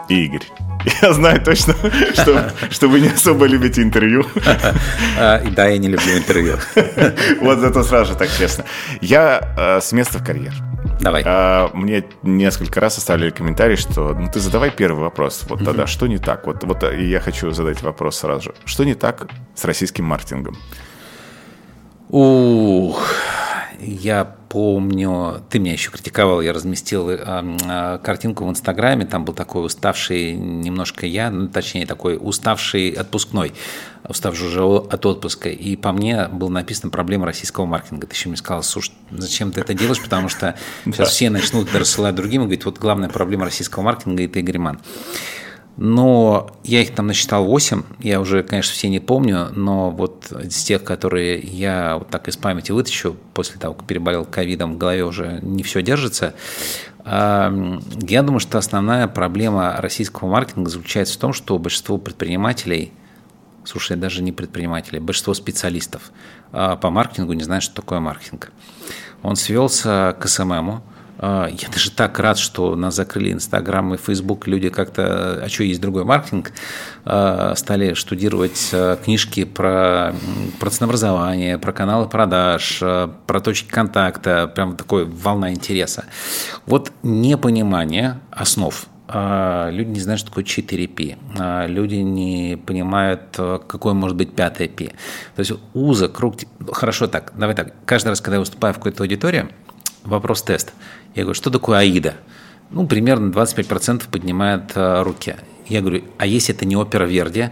Игорь, я знаю точно, что вы не особо любите интервью. Да, я не люблю интервью. Вот зато сразу же так честно. Я с места в карьер. Давай. Мне несколько раз оставили комментарий, что ты задавай первый вопрос. Вот тогда что не так? Вот и я хочу задать вопрос сразу же. Что не так с российским маркетингом? Я помню, ты меня еще критиковал, я разместил картинку в Инстаграме, там был такой уставший немножко я, точнее такой уставший отпускной, уставший уже от отпуска, и по мне было написано «Проблема российского маркетинга». Ты еще мне сказал: слушай, зачем ты это делаешь, потому что сейчас все начнут рассылать другим и говорить: вот главная проблема российского маркетинга – это Игорь Манн. Но я их там насчитал 8, я уже, конечно, все не помню, но вот из тех, которые я вот так из памяти вытащу, после того, как переболел ковидом, в голове уже не все держится. Я думаю, что основная проблема российского маркетинга заключается в том, что большинство предпринимателей, слушай, даже не предпринимателей, большинство специалистов по маркетингу не знают, что такое маркетинг. Он свелся к СММу. Я даже так рад, что нас закрыли Инстаграм и Фейсбук, люди как-то, а что, есть другой маркетинг, стали штудировать книжки про ценообразование, про каналы продаж, про точки контакта, прям такой волна интереса. Вот непонимание основ. Люди не знают, что такое 4P. Люди не понимают, какой может быть 5P. То есть узок, круг... Хорошо так, давай так. Каждый раз, когда я выступаю в какой-то аудитории, вопрос-тест. Я говорю: что такое АИДа? Примерно 25% поднимают руки. Я говорю: а если это не опера Верди,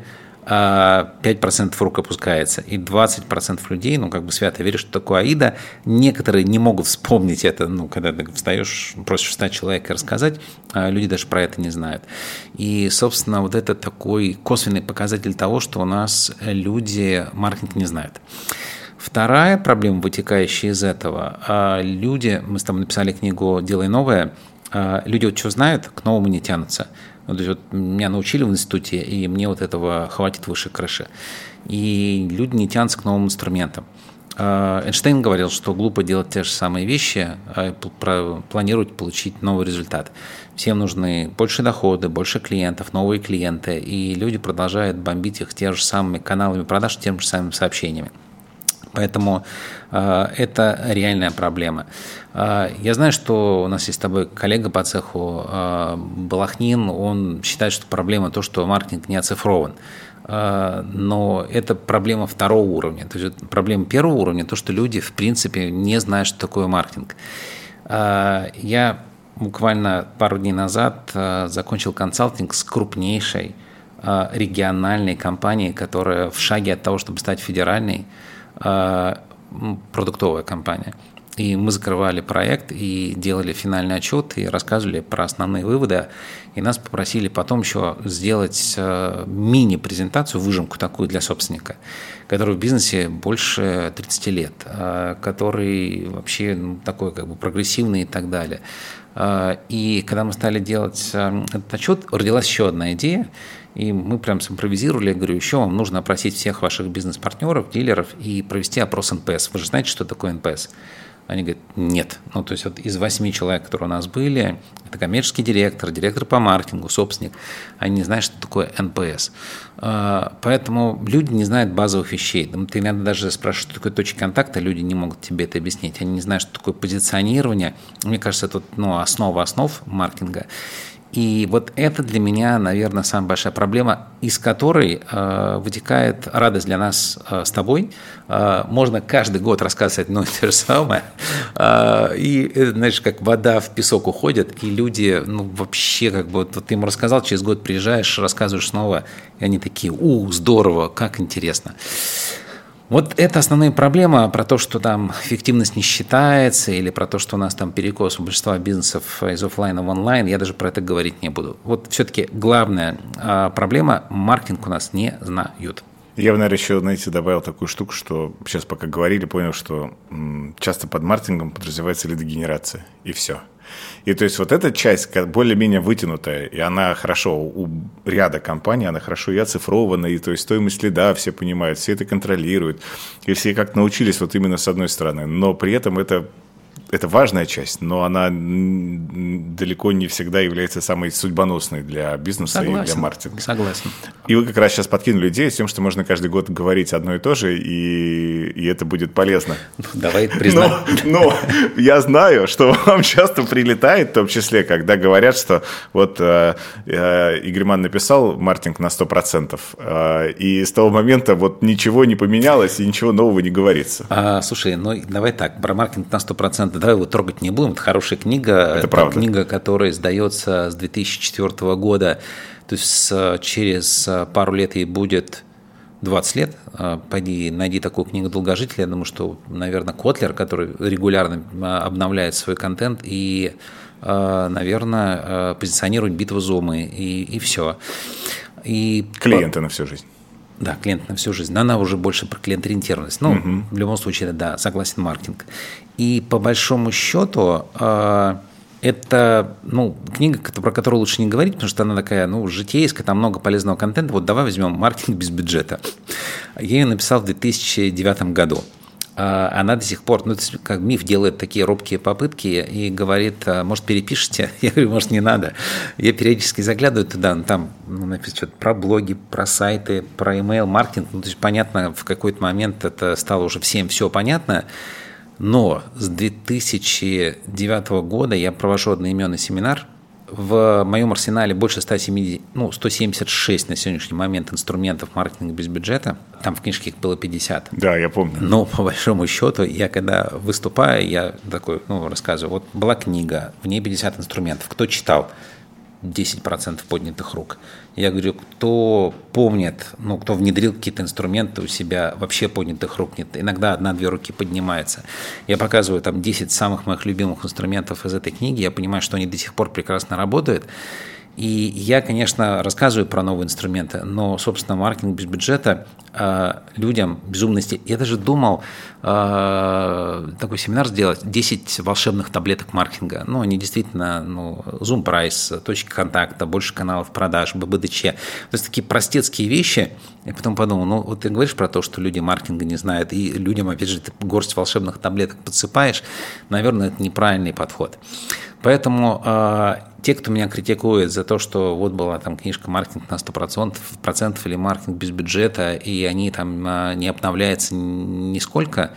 5% рук опускается, и 20% людей, свято верят, что такое АИДа. Некоторые не могут вспомнить это, когда ты встаешь, просишь встать человека и рассказать, люди даже про это не знают. И, собственно, вот это такой косвенный показатель того, что у нас люди маркетинг не знают. Вторая проблема, вытекающая из этого, люди, мы с тобой написали книгу «Делай новое», люди вот что знают, к новому не тянутся. То есть вот меня научили в институте, и мне вот этого хватит выше крыши. И люди не тянутся к новым инструментам. Эйнштейн говорил, что глупо делать те же самые вещи, планировать получить новый результат. Всем нужны больше доходы, больше клиентов, новые клиенты, и люди продолжают бомбить их теми же самыми каналами продаж, теми же самыми сообщениями. Поэтому это реальная проблема. Я знаю, что у нас есть с тобой коллега по цеху Балахнин, он считает, что проблема то, что маркетинг не оцифрован. Но это проблема второго уровня. То есть проблема первого уровня то, что люди в принципе не знают, что такое маркетинг. Я буквально пару дней назад закончил консалтинг с крупнейшей региональной компанией, которая в шаге от того, чтобы стать федеральной, продуктовая компания. И мы закрывали проект и делали финальный отчет и рассказывали про основные выводы. И нас попросили потом еще сделать мини-презентацию, выжимку такую для собственника, который в бизнесе больше 30 лет, который вообще такой прогрессивный и так далее. И когда мы стали делать этот отчет, родилась еще одна идея. И мы прям симпровизировали, я говорю: еще вам нужно опросить всех ваших бизнес-партнеров, дилеров и провести опрос НПС. Вы же знаете, что такое НПС? Они говорят: нет. То есть вот из 8 человек, которые у нас были, это коммерческий директор, директор по маркетингу, собственник, они не знают, что такое НПС. Поэтому люди не знают базовых вещей. Ты иногда даже спрашиваешь, что такое точки контакта, люди не могут тебе это объяснить. Они не знают, что такое позиционирование. Мне кажется, это основа основ маркетинга. И вот это для меня, наверное, самая большая проблема, из которой вытекает радость для нас с тобой. Можно каждый год рассказывать одно и то же самое. И, знаешь, как вода в песок уходит, и люди, вообще, вот ты ему рассказал, через год приезжаешь, рассказываешь снова, и они такие: здорово, как интересно. Вот это основная проблема про то, что там эффективность не считается, или про то, что у нас там перекос у большинства бизнесов из офлайна в онлайн, я даже про это говорить не буду. Вот все-таки главная проблема – маркетинг у нас не знают. Я бы, наверное, еще, добавил такую штуку, что сейчас пока говорили, понял, что часто под маркетингом подразумевается лидогенерация, и все. И то есть вот эта часть более-менее вытянутая, и она хорошо у ряда компаний, она хорошо и оцифрована, и то есть стоимость лида все понимают, все это контролируют, и все как-то научились вот именно с одной стороны, но при этом это это важная часть, но она далеко не всегда является самой судьбоносной для бизнеса и для маркетинга. Согласен. И вы как раз сейчас подкинули идею с тем, что можно каждый год говорить одно и то же, и это будет полезно. Давай признаем. Но я знаю, что вам часто прилетает, в том числе, когда говорят, что вот Игорь Манн написал маркетинг на 100%, и с того момента вот ничего не поменялось, и ничего нового не говорится. Слушай, ну давай так, про маркетинг на 100%, давай его трогать не будем, это хорошая книга. Это правда. Книга, которая издается с 2004 года, то есть через пару лет ей будет 20 лет. Пойди, найди такую книгу «Долгожитель». Я думаю, что, наверное, Котлер, который регулярно обновляет свой контент и, наверное, позиционирует «Битву Зумы», и все. Клиенты на всю жизнь. Да, клиент на всю жизнь. Но она уже больше про клиент-ориентированность. Ну, в любом случае, да, согласен, маркетинг. И по большому счету это книга, про которую лучше не говорить, потому что она такая, житейская, там много полезного контента. Вот давай возьмем «Маркетинг без бюджета». Я ее написал в 2009 году. Она до сих пор, как Миф делает такие робкие попытки и говорит, может, перепишите? Я говорю, может, не надо. Я периодически заглядываю туда, там написано что-то про блоги, про сайты, про email-маркетинг. То есть, понятно, в какой-то момент это стало уже всем все понятно. Но с 2009 года я провожу одноименный семинар. В моем арсенале больше 176 на сегодняшний момент инструментов маркетинга без бюджета. Там в книжке их было 50. Да, я помню. Но по большому счету, я когда выступаю, я такой, рассказываю. Вот была книга, в ней 50 инструментов. Кто читал? 10% поднятых рук. Я говорю, кто помнит, кто внедрил какие-то инструменты у себя, вообще поднятых рук нет. Иногда 1-2 руки поднимаются. Я показываю там 10 самых моих любимых инструментов из этой книги. Я понимаю, что они до сих пор прекрасно работают. И я, конечно, рассказываю про новые инструменты, но, собственно, маркетинг без бюджета людям безумно... Я даже думал такой семинар сделать, 10 волшебных таблеток маркетинга. Они действительно, Zoom Price, точки контакта, больше каналов продаж, ББДЧ. То есть такие простецкие вещи. Я потом подумал, вот ты говоришь про то, что люди маркетинга не знают, и людям, опять же, ты горсть волшебных таблеток подсыпаешь. Наверное, это неправильный подход. Поэтому те, кто меня критикует за то, что вот была там книжка «Маркетинг на 100%» или «Маркетинг без бюджета», и они там не обновляются нисколько,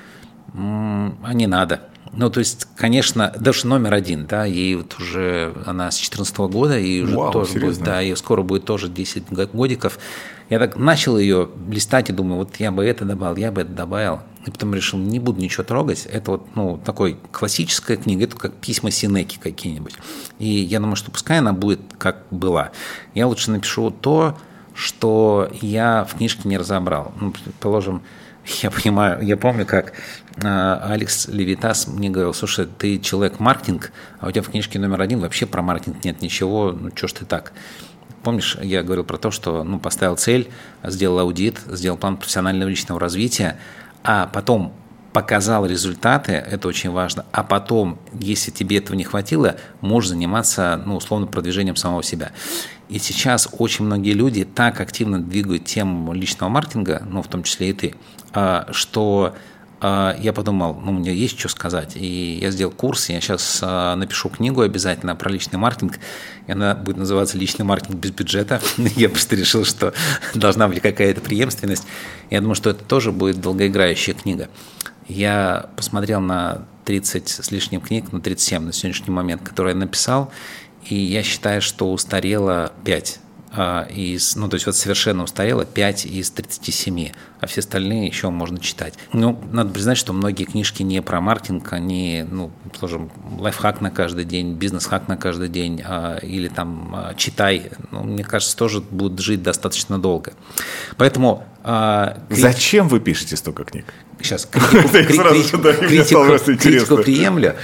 не надо. То есть, конечно, даже номер 1, да, ей вот уже, она с 2014 года, и уже тоже серьезно? будет, да, ей скоро будет тоже 10 годиков. Я так начал ее листать и думаю, вот я бы это добавил, я бы это добавил. И потом решил, не буду ничего трогать. Это вот, такой классическая книга, это как письма Сенеки какие-нибудь. И я думаю, что пускай она будет как была. Я лучше напишу то, что я в книжке не разобрал. Предположим, я помню, как Алекс Левитас мне говорил, слушай, ты человек-маркетинг, а у тебя в книжке номер 1 вообще про маркетинг нет ничего, чё ж ты так? Помнишь, я говорил про то, что поставил цель, сделал аудит, сделал план профессионального личного развития, а потом показал результаты, это очень важно, а потом, если тебе этого не хватило, можешь заниматься, условно, продвижением самого себя. И сейчас очень многие люди так активно двигают тему личного маркетинга, в том числе и ты, что я подумал, мне есть что сказать, и я сделал курс, я сейчас напишу книгу обязательно про личный маркетинг, и она будет называться «Личный маркетинг без бюджета». Я просто решил, что должна быть какая-то преемственность. Я думаю, что это тоже будет долгоиграющая книга. Я посмотрел на 30 с лишним книг, 37 на сегодняшний момент, которые я написал, и я считаю, что устарело 5. То есть вот совершенно устарело 5 из 37, а все остальные еще можно читать. Надо признать, что многие книжки не про маркетинг, они, скажем, лайфхак на каждый день, бизнес-хак на каждый день, или там читай, мне кажется, тоже будут жить достаточно долго. Поэтому... Зачем вы пишете столько книг? Сейчас критику приемлю,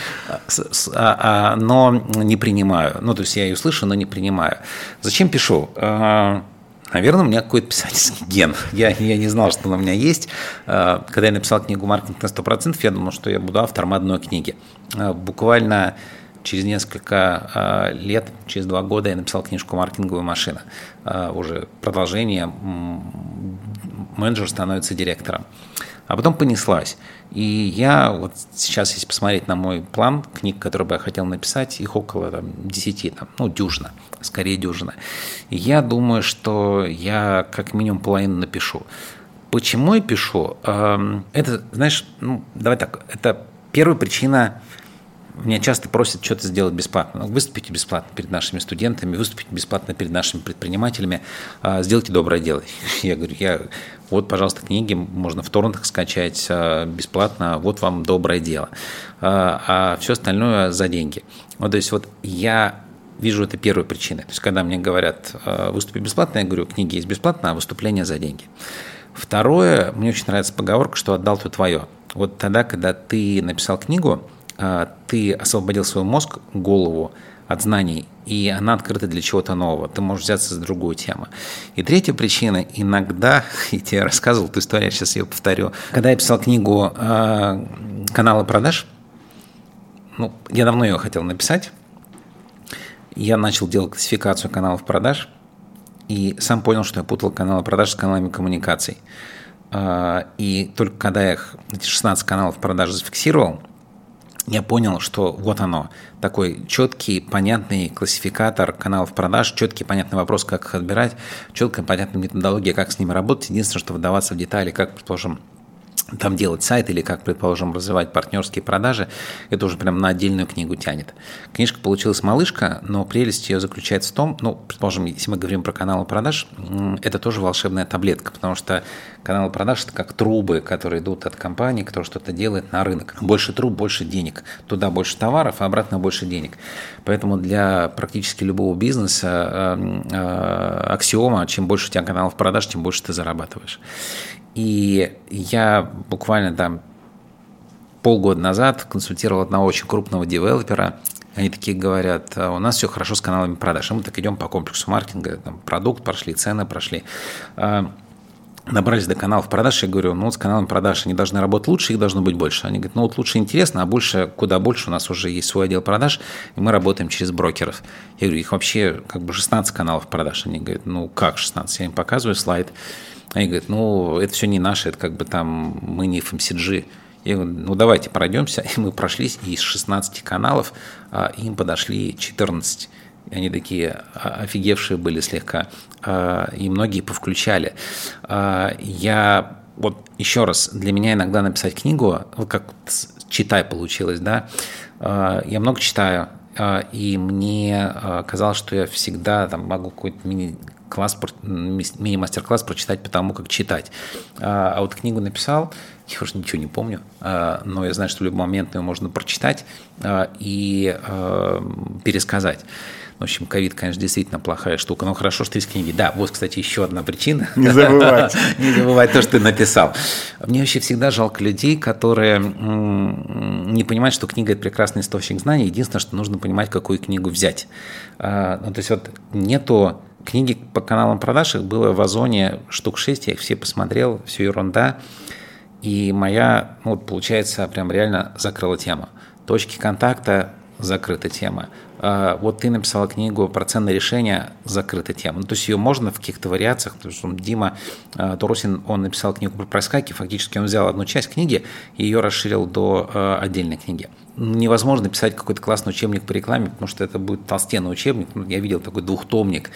но не принимаю. То есть я ее слышу, но не принимаю. Зачем пишу? Наверное, у меня какой-то писательский ген. Я не знал, что он у меня есть. Когда я написал книгу «Маркетинг на 100%», я думал, что я буду автором одной книги. Буквально через несколько лет, через 2 года я написал книжку «Маркетинговая машина». Уже продолжение менеджер становится директором. А потом понеслась. И я вот сейчас, если посмотреть на мой план книг, которые бы я хотел написать, их около 10, дюжина, скорее дюжина. И я думаю, что я как минимум половину напишу. Почему я пишу? Это, знаешь, давай так, это первая причина. Меня часто просят что-то сделать бесплатно. Выступите бесплатно перед нашими студентами, выступите бесплатно перед нашими предпринимателями, сделайте доброе дело. Я говорю, вот, пожалуйста, книги можно в торрентах скачать бесплатно, вот вам доброе дело. А все остальное за деньги. То есть вот я вижу это первой причиной. То есть когда мне говорят, выступи бесплатно, я говорю, книги есть бесплатно, а выступление за деньги. Второе, мне очень нравится поговорка, что отдал, то твое. Вот тогда, когда ты написал книгу, ты освободил свой мозг, голову от знаний, и она открыта для чего-то нового. Ты можешь взяться за другую тему. И третья причина, иногда, я тебе рассказывал эту историю, сейчас ее повторю. Когда я писал книгу «Каналы продаж», я давно ее хотел написать, я начал делать классификацию каналов продаж, и сам понял, что я путал каналы продаж с каналами коммуникаций. И только когда я эти 16 каналов продаж зафиксировал, я понял, что вот оно, такой четкий, понятный классификатор каналов продаж, четкий, понятный вопрос, как их отбирать, четкая, понятная методология, как с ними работать. Единственное, что вдаваться в детали, как, предположим, там делать сайт или как, предположим, развивать партнерские продажи, это уже прям на отдельную книгу тянет. Книжка получилась малышка, но прелесть ее заключается в том, предположим, если мы говорим про каналы продаж, это тоже волшебная таблетка, потому что каналы продаж – это как трубы, которые идут от компании, которая что-то делает на рынок. Больше труб, больше денег. Туда больше товаров, а обратно больше денег. Поэтому для практически любого бизнеса аксиома, чем больше у тебя каналов продаж, тем больше ты зарабатываешь. И я буквально полгода назад консультировал одного очень крупного девелопера. Они такие говорят, у нас все хорошо с каналами продаж. И мы так идем по комплексу маркетинга, продукт прошли, цены прошли. Набрались до каналов продаж, я говорю, с каналами продаж они должны работать лучше, их должно быть больше. Они говорят, лучше интересно, а больше, куда больше, у нас уже есть свой отдел продаж, и мы работаем через брокеров. Я говорю, их вообще 16 каналов продаж. Они говорят, как 16? Я им показываю слайд. Они говорят, это все не наше, это мы не FMCG. Я говорю, давайте пройдемся. И мы прошлись, и из 16 каналов им подошли 14. И они такие офигевшие были слегка. И многие повключали. Я еще раз, для меня иногда написать книгу, как читай получилось, да, я много читаю, и мне казалось, что я всегда могу какой-то мини-мастер-класс прочитать по тому, как читать. А вот книгу написал, я уже ничего не помню, но я знаю, что в любой момент ее можно прочитать и пересказать. В общем, ковид, конечно, действительно плохая штука, но хорошо, что есть книги. Да, вот, кстати, еще одна причина. Не забывать. Не забывать то, что ты написал. Мне вообще всегда жалко людей, которые не понимают, что книга – это прекрасный источник знаний. Единственное, что нужно понимать, какую книгу взять. То есть нету книги по каналам продаж, их было в Озоне штук 6, я их все посмотрел, все ерунда. И моя, получается, прям реально закрыла тему. Точки контакта – закрыта тема. Вот ты написала книгу про ценные решения, закрыта тема. То есть ее можно в каких-то вариациях, потому что Дима Турусин, он написал книгу про прайскаки, фактически он взял одну часть книги и ее расширил до отдельной книги. Невозможно писать какой-то классный учебник по рекламе, потому что это будет толстенный учебник. Я видел такой двухтомник,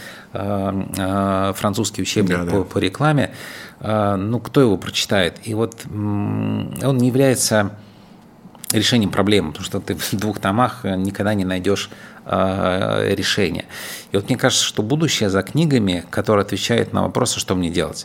французский учебник по рекламе. Кто его прочитает? И он не является решением проблемы, потому что ты в 2 томах никогда не найдешь решения. И мне кажется, что будущее за книгами, которые отвечают на вопросы, что мне делать.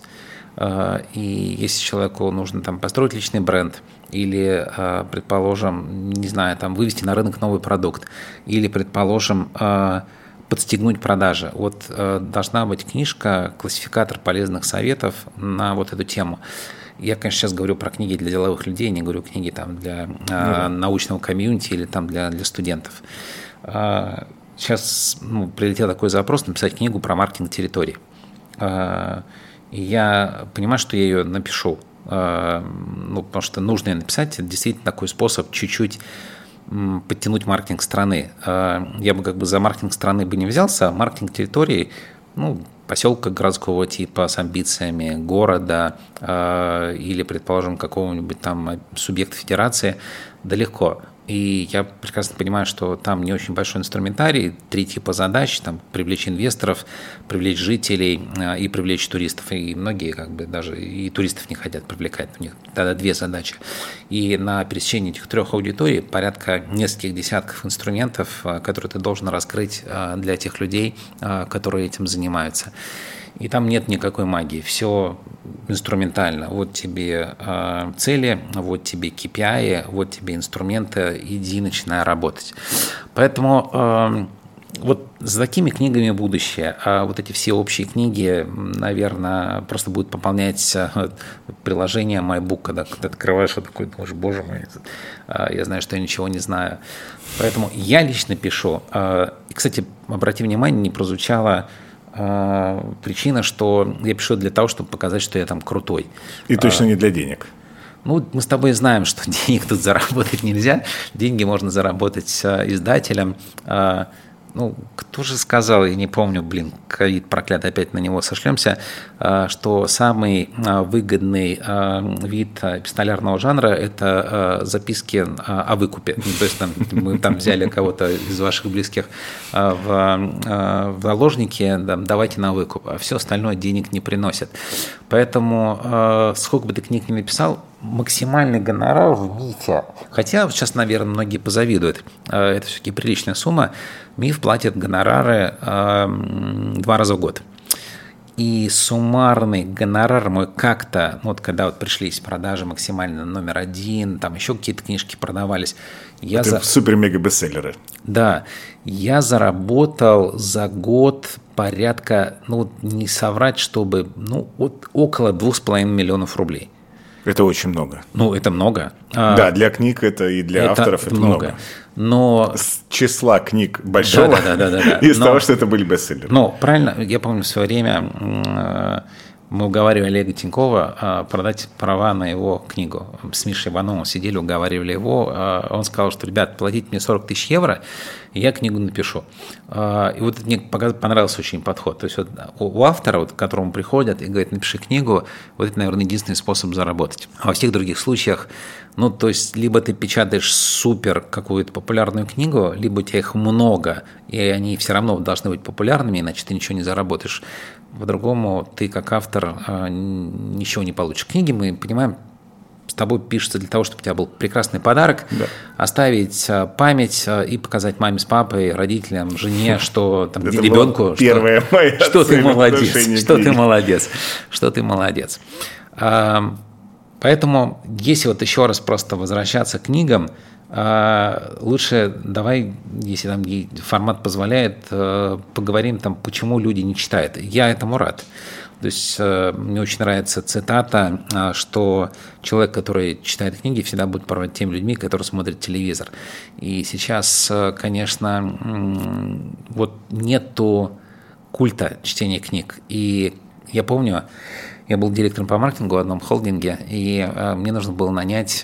И если человеку нужно построить личный бренд или, предположим, не знаю, вывести на рынок новый продукт или, предположим, подстегнуть продажи. Должна быть книжка, классификатор полезных советов на эту тему. Я, конечно, сейчас говорю про книги для деловых людей, не говорю книги для научного комьюнити или для студентов. Сейчас прилетел такой запрос написать книгу про маркетинг территорий. И я понимаю, что я ее напишу, потому что нужно ее написать. Это действительно такой способ чуть-чуть подтянуть маркетинг страны. Я бы за маркетинг страны бы не взялся, а маркетинг территории поселка городского типа с амбициями города или, предположим, какого-нибудь там субъекта федерации, да легко. И я прекрасно понимаю, что там не очень большой инструментарий, 3 типа задач, там привлечь инвесторов, привлечь жителей и привлечь туристов. И многие даже и туристов не хотят привлекать, у них тогда 2 задачи. И на пересечении этих 3 аудиторий порядка нескольких десятков инструментов, которые ты должен раскрыть для тех людей, которые этим занимаются. И там нет никакой магии, все инструментально. Вот тебе цели, вот тебе KPI, вот тебе инструменты, иди, начинай работать. Поэтому вот за такими книгами будущее. А вот эти все общие книги, наверное, просто будут пополнять приложение MyBook, когда ты открываешь, вот такой, думаешь, боже мой, я знаю, что я ничего не знаю. Поэтому я лично пишу. И, кстати, обрати внимание, не прозвучало причина, что я пишу для того, чтобы показать, что я там крутой. И точно не для денег. Мы с тобой знаем, что денег тут заработать нельзя. Деньги можно заработать издателем. Кто же сказал, я не помню, ковид проклятый, опять на него сошлемся, что самый выгодный вид эпистолярного жанра – это записки о выкупе. То есть мы там взяли кого-то из ваших близких в заложники, давайте на выкуп, а все остальное денег не приносит. Поэтому сколько бы ты книг ни написал, максимальный гонорар в МИФе, хотя сейчас, наверное, многие позавидуют, это все-таки приличная сумма, МИФ платит гонорары 2 раза в год. И суммарный гонорар мой как-то, когда пришлись продажи максимально номер 1, там еще какие-то книжки продавались. Это супер-мега-бестселлеры. Да, я заработал за год порядка, не соврать, чтобы, около 2,5 миллионов рублей. Это очень много. Это много. Да, для книг это и для авторов это много. Но с числа книг большого и из того, что это были бестселлеры. Правильно, я помню, в свое время мы уговаривали Олега Тинькова продать права на его книгу. С Мишей Ивановым сидели, уговаривали его. Он сказал, что, ребят, платите мне 40 тысяч евро, и я книгу напишу. И вот мне понравился очень подход. То есть у автора, к которому приходят и говорят, напиши книгу, вот это, наверное, единственный способ заработать. А во всех других случаях, то есть либо ты печатаешь супер какую-то популярную книгу, либо у тебя их много, и они все равно должны быть популярными, иначе ты ничего не заработаешь. По-другому ты, как автор, ничего не получишь. Книги, мы понимаем, с тобой пишется для того, чтобы у тебя был прекрасный подарок, оставить память и показать маме с папой, родителям, жене, что там, ребенку, что ты молодец, что ты молодец. Поэтому, если еще раз просто возвращаться к книгам, лучше давай, если там формат позволяет, поговорим почему люди не читают. Я этому рад. То есть мне очень нравится цитата, что человек, который читает книги, всегда будет порвать теми людьми, которые смотрят телевизор. И сейчас, конечно, нету культа чтения книг. И я помню, я был директором по маркетингу в одном холдинге, и мне нужно было нанять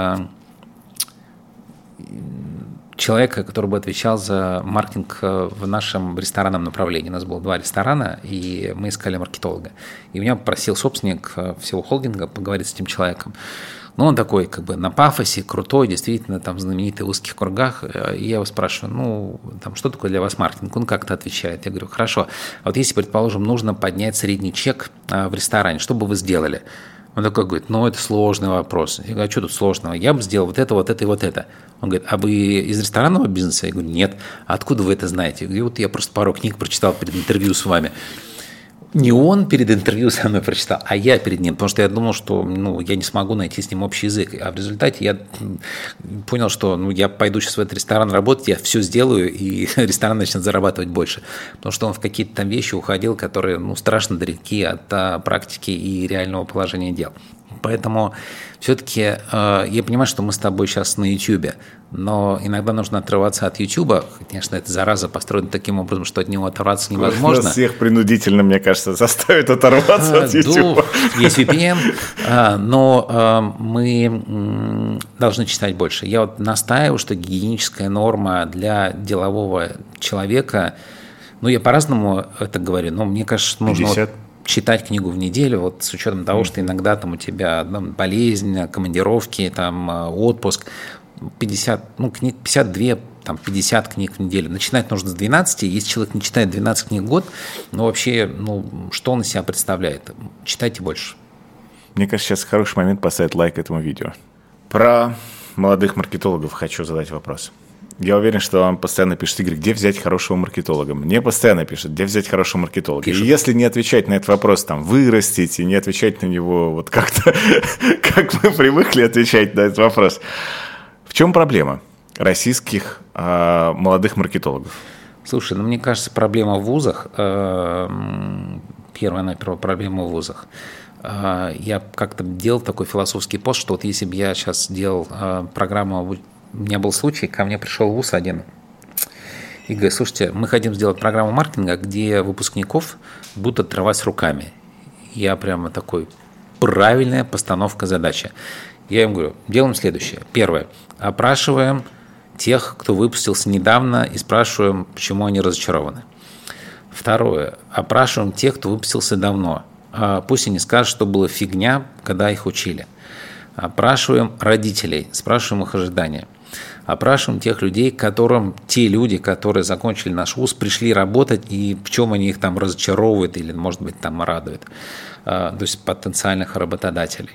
человека, который бы отвечал за маркетинг в нашем ресторанном направлении. У нас было 2 ресторана, и мы искали маркетолога. И меня попросил собственник всего холдинга поговорить с этим человеком. Он такой, на пафосе, крутой, действительно, знаменитый в узких кругах. И я его спрашиваю, что такое для вас маркетинг? Он как-то отвечает. Я говорю, хорошо, а вот если, предположим, нужно поднять средний чек в ресторане, что бы вы сделали? Он такой говорит, это сложный вопрос. Я говорю, а что тут сложного? Я бы сделал вот это и вот это. Он говорит, а вы из ресторанного бизнеса? Я говорю, нет. А откуда вы это знаете? Я говорю, я просто пару книг прочитал перед интервью с вами. Не он перед интервью со мной прочитал, а я перед ним, потому что я думал, что я не смогу найти с ним общий язык. А в результате я понял, что я пойду сейчас в этот ресторан работать, я все сделаю, и ресторан начнет зарабатывать больше. Потому что он в какие-то там вещи уходил, которые страшно далеки от практики и реального положения дел. Поэтому все-таки я понимаю, что мы с тобой сейчас на YouTube, но иногда нужно отрываться от YouTube. Конечно, эта зараза построена таким образом, что от него оторваться невозможно. Нас всех принудительно, мне кажется, заставят оторваться от YouTube. Есть VPN, но мы должны читать больше. Я настаиваю, что гигиеническая норма для делового человека Ну, я по-разному это говорю, но мне кажется, что нужно 50? читать книгу в неделю, вот с учетом того, что иногда там у тебя болезнь, командировки, там отпуск, 50, ну, книг 52, там 50 книг в неделю. Начинать нужно с 12. Если человек не читает 12 книг в год, ну, вообще, ну, что он из себя представляет? Читайте больше. Мне кажется, сейчас хороший момент поставить лайк этому видео. Про молодых маркетологов хочу задать вопрос. Я уверен, что вам постоянно пишут: Игорь, где взять хорошего маркетолога? Мне постоянно пишут, где взять хорошего маркетолога. Пишут. И если не отвечать на этот вопрос, там, вырастить, и не отвечать на него вот как-то, как мы привыкли отвечать на этот вопрос, в чем проблема российских молодых маркетологов? Слушай, ну, мне кажется, проблема в вузах, первая проблема в вузах. Я как-то делал такой философский пост, что вот если бы я сейчас делал программу, у меня был случай, ко мне пришел вуз один и говорит: слушайте, мы хотим сделать программу маркетинга, где выпускников будут отрывать руками. Я прямо такой: правильная постановка задачи. Я им говорю: делаем следующее. Первое. Опрашиваем тех, кто выпустился недавно, и спрашиваем, почему они разочарованы. Второе. Опрашиваем тех, кто выпустился давно. Пусть они скажут, что было фигня, когда их учили. Опрашиваем родителей, спрашиваем их ожидания. Опрашиваем тех людей, те люди, которые закончили наш вуз, пришли работать, и в чем они их там разочаровывают или, может быть, там радуют, то есть потенциальных работодателей.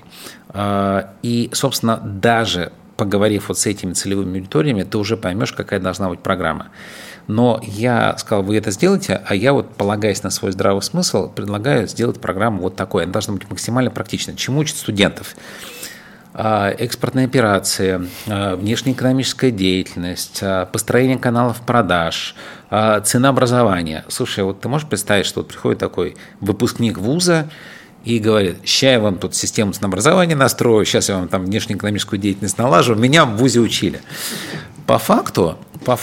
И, собственно, даже поговорив вот с этими целевыми аудиториями, ты уже поймешь, какая должна быть программа. Но я сказал: вы это сделаете, а я вот, полагаясь на свой здравый смысл, предлагаю сделать программу вот такой. Она должна быть максимально практичной. Чему учат студентов? Экспортные операции, внешнеэкономическая деятельность, построение каналов продаж, ценообразование. Слушай, вот ты можешь представить, что вот приходит такой выпускник вуза и говорит: ща я вам тут систему ценообразования настрою, сейчас я вам там внешнеэкономическую деятельность налажу, меня в вузе учили. По факту,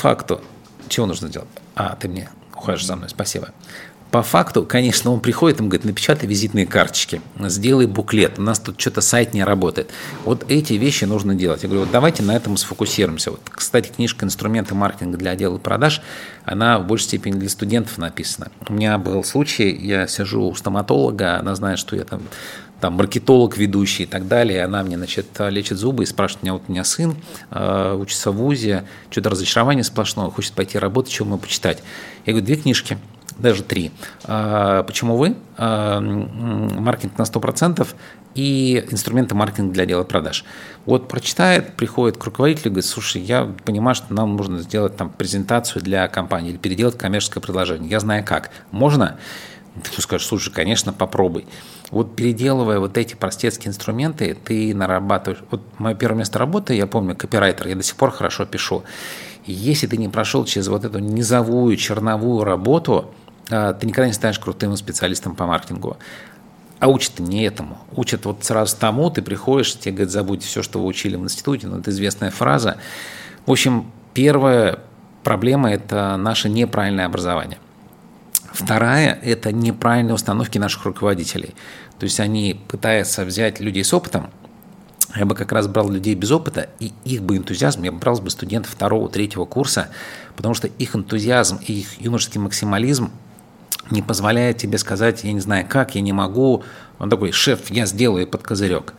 чего нужно делать? Ты мне ухаживаешь за мной, спасибо. По факту, конечно, он приходит, ему говорит: напечатай визитные карточки, сделай буклет, у нас тут что-то сайт не работает. Вот эти вещи нужно делать. Я говорю: вот давайте на этом сфокусируемся. Вот, кстати, книжка «Инструменты маркетинга для отдела продаж», она в большей степени для студентов написана. У меня был случай, я сижу у стоматолога, она знает, что я там маркетолог ведущий и так далее, она мне, значит, лечит зубы и спрашивает: у меня сын учится в вузе, что-то разочарование сплошное, хочет пойти работать, чего ему почитать. Я говорю: 2 книжки. Даже 3. Почему вы? Маркетинг на 100% и инструменты маркетинга для отдела продаж. Вот прочитает, приходит к руководителю и говорит: слушай, я понимаю, что нам нужно сделать там презентацию для компании или переделать коммерческое предложение. Я знаю как. Можно? Ты скажешь: слушай, конечно, попробуй. Вот переделывая вот эти простецкие инструменты, ты нарабатываешь. Вот мое первое место работы, я помню, копирайтер, я до сих пор хорошо пишу. И если ты не прошел через вот эту низовую, черновую работу, ты никогда не станешь крутым специалистом по маркетингу. А учат не этому. Учат вот сразу тому, ты приходишь, тебе говорят: забудьте все, что вы учили в институте, но это известная фраза. В общем, первая проблема – это наше неправильное образование. Вторая – это неправильные установки наших руководителей. То есть они пытаются взять людей с опытом. Я бы как раз брал людей без опыта, и их бы энтузиазм, я бы брал бы студентов 2-3 курса, потому что их энтузиазм и их юношеский максимализм не позволяет тебе сказать: я не знаю как, я не могу. Он такой: шеф, я сделаю под козырек.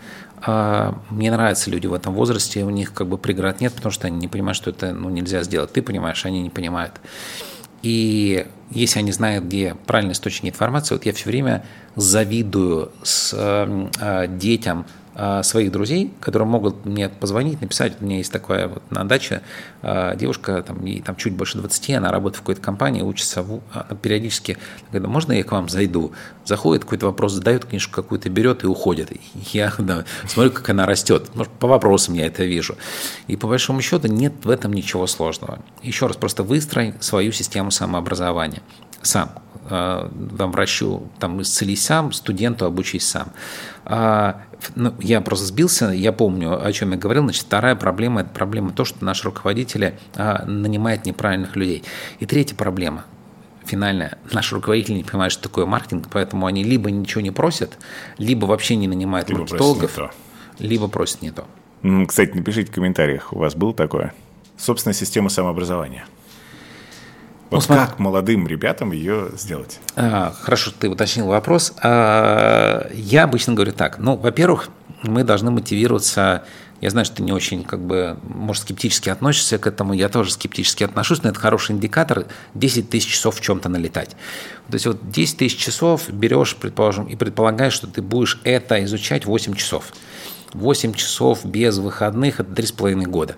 Мне нравятся люди в этом возрасте, у них как бы преград нет, потому что они не понимают, что это нельзя сделать. Ты понимаешь, они не понимают. И если они знают, где правильный источник информации, вот я все время завидую детям своих друзей, которые могут мне позвонить, написать. У меня есть такая вот на даче девушка, ей там чуть больше 20, она работает в какой-то компании, учится периодически, говорит: можно я к вам зайду? Заходит, какой-то вопрос задает, книжку какую-то берет и уходит. Я смотрю, как она растет. Может, по вопросам я это вижу. И по большому счету нет в этом ничего сложного. Еще раз, просто выстрой свою систему самообразования. Сам. Врачу исцелись сам, студенту обучись сам. Я просто сбился, я помню, о чем я говорил. Значит, вторая проблема – это проблема то, что наши руководители нанимают неправильных людей. И третья проблема, финальная, наши руководители не понимают, что такое маркетинг, поэтому они либо ничего не просят, либо вообще не нанимают маркетологов, либо просят не то. Кстати, напишите в комментариях, у вас было такое? Собственная система самообразования. Вот как молодым ребятам ее сделать? Хорошо, ты уточнил вопрос. Я обычно говорю так. Во-первых, мы должны мотивироваться. Я знаю, что ты не очень, может, скептически относишься к этому. Я тоже скептически отношусь, но это хороший индикатор 10 тысяч часов в чем-то налетать. То есть 10 тысяч часов берешь, предположим, и предполагаешь, что ты будешь это изучать 8 часов. 8 часов без выходных – это 3,5 года.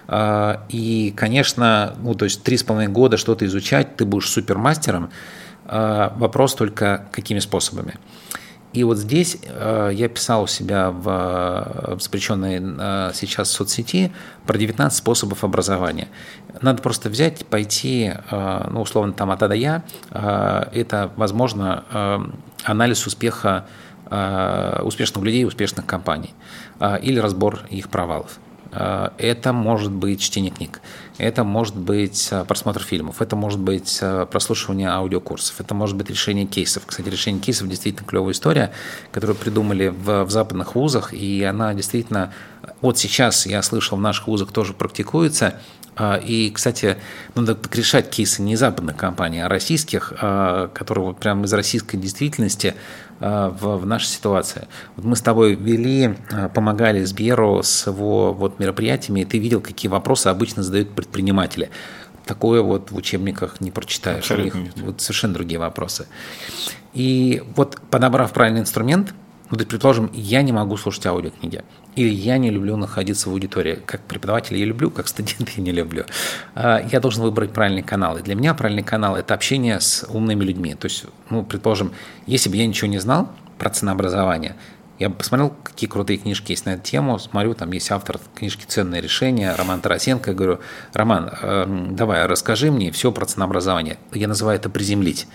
И, конечно, то есть 3,5 года что-то изучать, ты будешь супермастером. Вопрос только, какими способами. И вот здесь я писал у себя в запрещенной сейчас соцсети про 19 способов образования. Надо просто взять, пойти, условно, там от А до Я. Это, возможно, анализ успеха успешных людей, успешных компаний или разбор их провалов. Это может быть чтение книг, это может быть просмотр фильмов, это может быть прослушивание аудиокурсов, это может быть решение кейсов. Кстати, решение кейсов действительно клевая история, которую придумали в западных вузах, и она действительно, вот сейчас я слышал, в наших вузах тоже практикуется. И, кстати, надо решать кейсы не западных компаний, а российских, которые вот прямо из российской действительности в нашей ситуации. Вот мы с тобой вели, помогали Сберу с его мероприятиями, и ты видел, какие вопросы обычно задают предприниматели. Такое в учебниках не прочитаешь. Абсолютно у них нет. Совершенно другие вопросы. И подобрав правильный инструмент, предположим, я не могу слушать аудиокниги, или я не люблю находиться в аудитории. Как преподаватель я люблю, как студент я не люблю. Я должен выбрать правильный канал. И для меня правильный канал – это общение с умными людьми. То есть, предположим, если бы я ничего не знал про ценообразование, я бы посмотрел, какие крутые книжки есть на эту тему, смотрю, там есть автор книжки «Ценные решения», Роман Тарасенко, я говорю: Роман, давай, расскажи мне все про ценообразование. Я называю это «приземлить».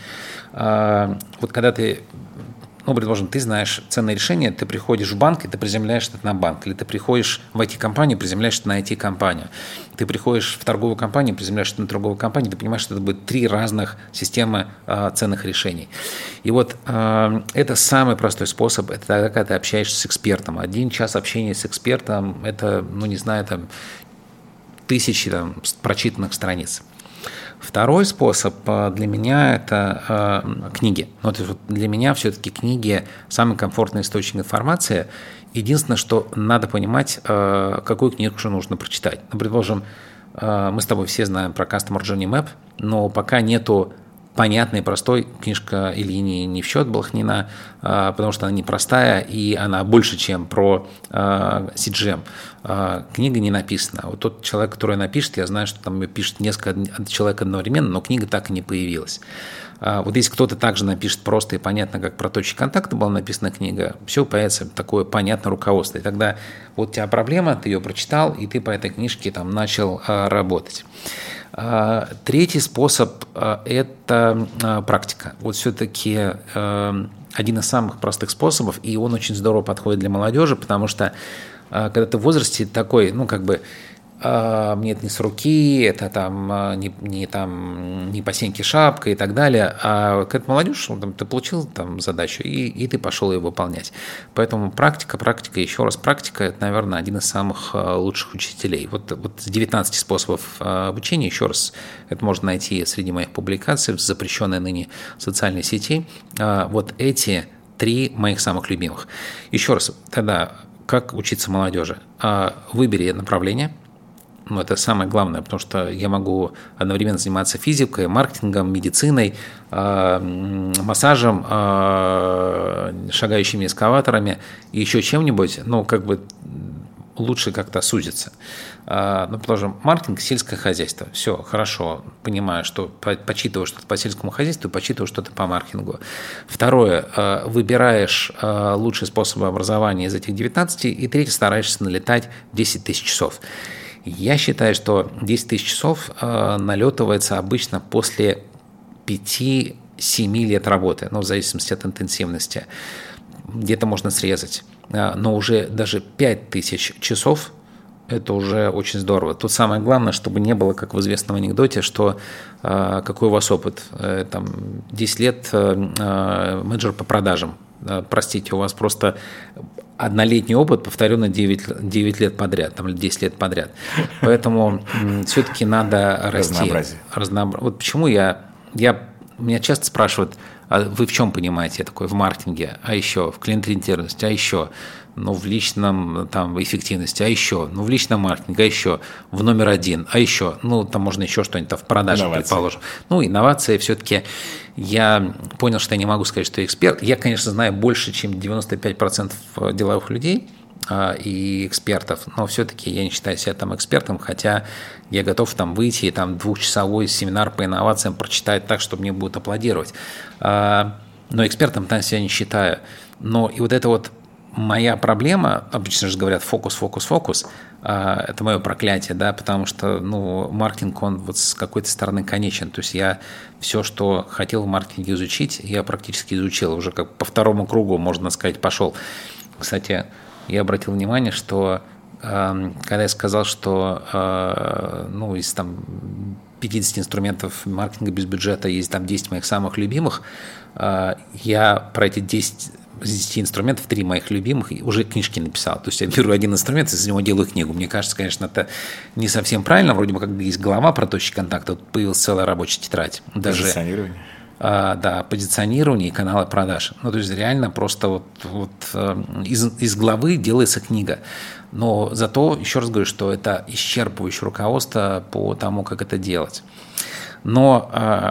Когда ты... предположим, ты знаешь ценные решения, ты приходишь в банк, и ты приземляешь это на банк. Или ты приходишь в IT-компанию, приземляешь это на IT-компанию. Ты приходишь в торговую компанию, приземляешь это на торговую компанию, ты понимаешь, что это будет 3 разных системы ценных решений. И это самый простой способ, это тогда, когда ты общаешься с экспертом. 1 час общения с экспертом – это, тысячи прочитанных страниц. Второй способ для меня – это книги. Для меня все-таки книги – самый комфортный источник информации. Единственное, что надо понимать, какую книгу же нужно прочитать. Предположим, мы с тобой все знаем про Customer Journey Map, но пока нету понятной и простой, книжка Ильи не в счет Блохнина, потому что она непростая, и она больше, чем про CGM. Книга не написана. Вот тот человек, который напишет, я знаю, что там пишет несколько человек одновременно, но книга так и не появилась. Если кто-то также напишет просто и понятно, как про точки контакта была написана книга, все появится такое понятное руководство. И тогда у тебя проблема, ты ее прочитал, и ты по этой книжке начал работать. Третий способ – это практика. Все-таки один из самых простых способов, и он очень здорово подходит для молодежи, потому что когда ты в возрасте такой, мне это не с руки, это не по сеньке шапка и так далее. А когда ты молодежь, ты получил задачу, и ты пошел ее выполнять. Поэтому практика, еще раз практика – это, наверное, один из самых лучших учителей. 19 способов обучения, еще раз, это можно найти среди моих публикаций в запрещенной ныне социальной сети. Эти 3 моих самых любимых. Еще раз, тогда как учиться молодежи? Выбери направление. Это самое главное, потому что я могу одновременно заниматься физикой, маркетингом, медициной, массажем, шагающими эскаваторами и еще чем-нибудь, лучше как-то сузиться. Предположим, маркетинг, сельское хозяйство. Все, хорошо, понимаю, что почитываю что-то по сельскому хозяйству, почитываю что-то по маркетингу. Второе, выбираешь лучшие способы образования из этих 19, и третье, стараешься налетать 10 тысяч часов. Я считаю, что 10 тысяч часов налетывается обычно после 5-7 лет работы, в зависимости от интенсивности. Где-то можно срезать. Но уже даже 5 тысяч часов – это уже очень здорово. Тут самое главное, чтобы не было, как в известном анекдоте, что какой у вас опыт. 10 лет менеджер по продажам. Простите, у вас просто однолетний опыт, повторенный 9 лет подряд, там, или 10 лет подряд. Поэтому все-таки надо расти. Вот почему меня часто спрашивают, а вы в чем понимаете? Я такой, в маркетинге, а еще в клиент-ориентированности, а еще в личном эффективности, а еще в личном маркетинге, а еще в номер один, а еще, там можно еще что-нибудь в продаже, предположим. Инновации все-таки я понял, что я не могу сказать, что я эксперт. Я, конечно, знаю больше, чем 95% деловых людей и экспертов, но все-таки я не считаю себя экспертом, хотя я готов выйти и 2-часовой семинар по инновациям прочитать так, что мне будут аплодировать. Но экспертом себя не считаю. Но и вот это вот моя проблема, обычно же говорят фокус, фокус, фокус, это мое проклятие, да, потому что, маркетинг, он вот с какой-то стороны конечен, то есть я все, что хотел в маркетинге изучить, я практически изучил, уже как по второму кругу, можно сказать, пошел. Кстати, я обратил внимание, что когда я сказал, что из 50 инструментов маркетинга без бюджета есть 10 моих самых любимых, я про эти 10 из 10 инструментов 3 моих любимых уже книжки написал. То есть я беру один инструмент и из него делаю книгу. Мне кажется, конечно, это не совсем правильно. Вроде бы как есть глава про точки контакта, тут появилась целая рабочая тетрадь. Позиционирование. Да, позиционирование и каналы продаж. То есть реально просто из главы делается книга. Но зато, еще раз говорю, что это исчерпывающее руководство по тому, как это делать. Но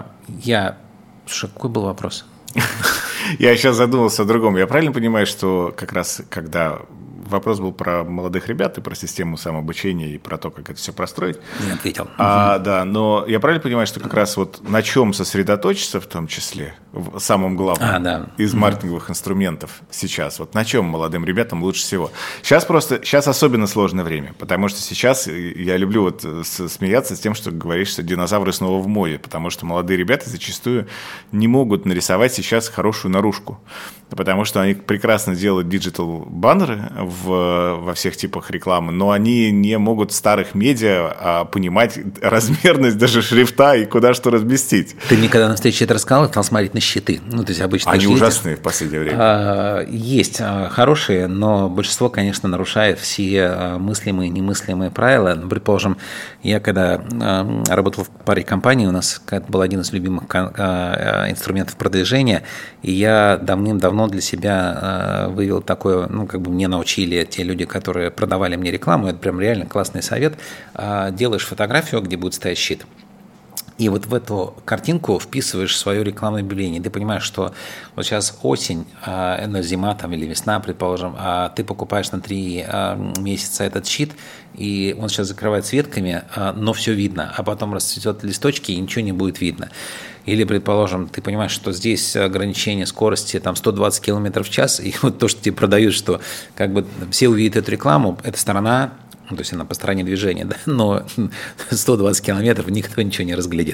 какой был вопрос? Я сейчас задумался о другом. Я правильно понимаю, что как раз когда вопрос был про молодых ребят и про систему самообучения и про то, как это все простроить. Не ответил. Да, но я правильно понимаю, что как раз на чем сосредоточиться в том числе, в самом главном из маркетинговых инструментов сейчас, на чем молодым ребятам лучше всего? Сейчас особенно сложное время, потому что сейчас я люблю смеяться с тем, что говоришь, что динозавры снова в моде, потому что молодые ребята зачастую не могут нарисовать сейчас хорошую наружку, потому что они прекрасно делают диджитал-баннеры во всех типах рекламы, но они не могут в старых медиа понимать размерность даже шрифта и куда что разместить. Ты мне когда на встрече это рассказал, стал смотреть на щиты. То есть обычно они ужасные в последнее время. Есть хорошие, но большинство, конечно, нарушает все мыслимые и немыслимые правила. Предположим, я когда работал в паре компаний, у нас это был один из любимых инструментов продвижения, и я давным-давно для себя вывел такое, мне научили те люди, которые продавали мне рекламу, это прям реально классный совет. Делаешь фотографию, где будет стоять щит, и в эту картинку вписываешь свое рекламное объявление. Ты понимаешь, что вот сейчас осень, зима или весна, предположим, а ты покупаешь на 3 месяца этот щит, и он сейчас закрывается ветками, но все видно, а потом расцветет листочки, и ничего не будет видно. Или, предположим, ты понимаешь, что здесь ограничение скорости 120 км в час, и то, что тебе продают, что все увидят эту рекламу, эта сторона, то есть она по стороне движения, да, но 120 километров никто ничего не разглядит.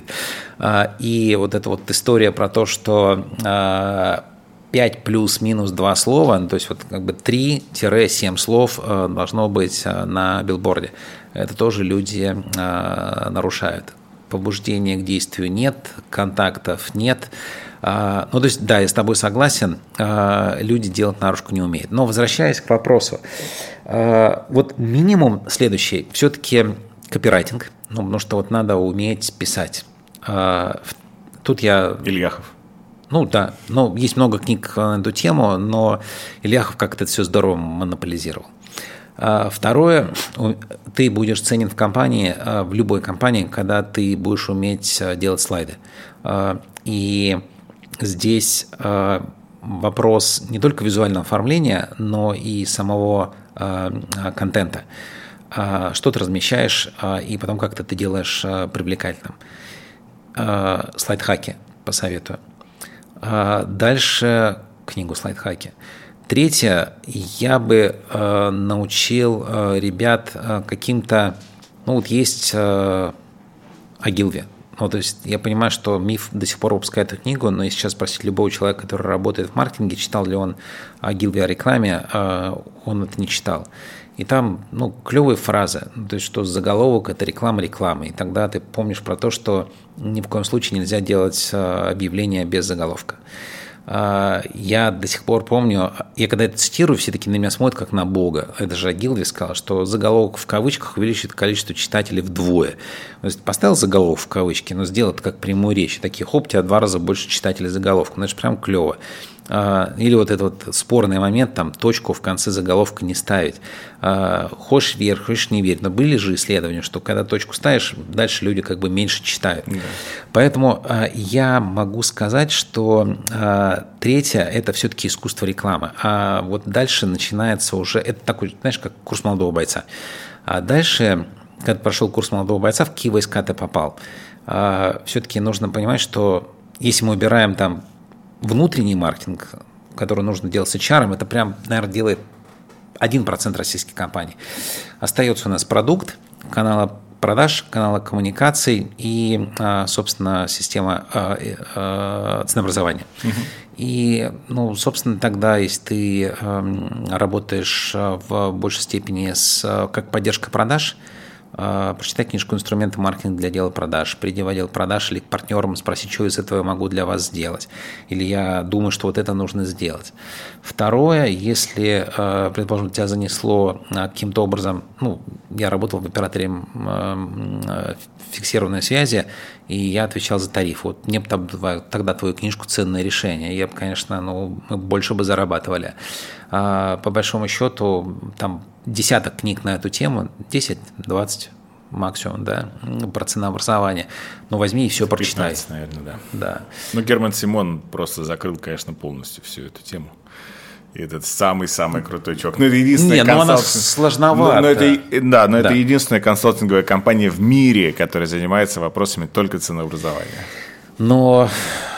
И эта история про то, что 5 плюс-минус 2 слова, то есть 3-7 слов должно быть на билборде. Это тоже люди нарушают. Побуждения к действию нет, контактов нет. То есть, да, я с тобой согласен, люди делать наружку не умеют. Но возвращаясь к вопросу, минимум следующий, все-таки копирайтинг, потому что надо уметь писать. Тут я... Ильяхов. Да, есть много книг на эту тему, но Ильяхов как-то это все здорово монополизировал. Второе, ты будешь ценен в компании, в любой компании, когда ты будешь уметь делать слайды. И здесь вопрос не только визуального оформления, но и самого контента. Что ты размещаешь, и потом как-то ты делаешь привлекательным. Слайдхаки посоветую. Дальше книгу «Слайдхаки». Третье, я бы научил ребят каким-то, есть Огилви. То есть я понимаю, что Миф до сих пор выпускает эту книгу, но если сейчас спросить любого человека, который работает в маркетинге, читал ли он Огилви о рекламе, он это не читал. И там, клевые фразы, то есть что заголовок – это реклама рекламы. И тогда ты помнишь про то, что ни в коем случае нельзя делать объявление без заголовка. Я до сих пор помню, я когда это цитирую, все таки на меня смотрят как на Бога. Это же Огилви сказал, что заголовок в кавычках увеличит количество читателей вдвое. То есть поставил заголовок в кавычки, но сделал это как прямую речь. И такие, хоп, у тебя 2 раза больше читателей заголовка. Ну, это же прям клево. Или вот этот вот спорный момент, там, точку в конце заголовка не ставить. Хочешь верь, хочешь не верь. Но были же исследования, что когда точку ставишь, дальше люди как бы меньше читают. Да. Поэтому я могу сказать, что третье – это все-таки искусство рекламы. А вот дальше начинается уже, это такой, знаешь, как курс молодого бойца. А дальше, когда ты прошел курс молодого бойца, в какие войска ты попал, все-таки нужно понимать, что если мы убираем там внутренний маркетинг, который нужно делать с HR, это прям, наверное, делает 1% российских компаний. Остается у нас продукт, канала продаж, канала коммуникаций и, собственно, система ценообразования. И, ну, собственно, тогда, если ты работаешь в большей степени как поддержка продаж, прочитай книжку «Инструменты маркетинга для отдела продаж», приди в отдел продаж или к партнерам, спроси, что из этого я могу для вас сделать. Или я думаю, что вот это нужно сделать. Второе, если, предположим, тебя занесло каким-то образом, ну, я работал в операторе фиксированной связи, и я отвечал за тариф. Вот мне бы тогда твою книжку «Ценное решение». Я бы, конечно, мы больше бы зарабатывали. По большому счету, там десяток книг на эту тему, 10-20 максимум, да, про ценообразование. Ну, возьми и все прочитай. 15, наверное, да. Ну, Герман Симон просто закрыл, конечно, полностью всю эту тему. И этот самый-самый крутой чувак. Ну, это единственная она сложновато. Это единственная консалтинговая компания в мире, которая занимается вопросами только ценообразования. Но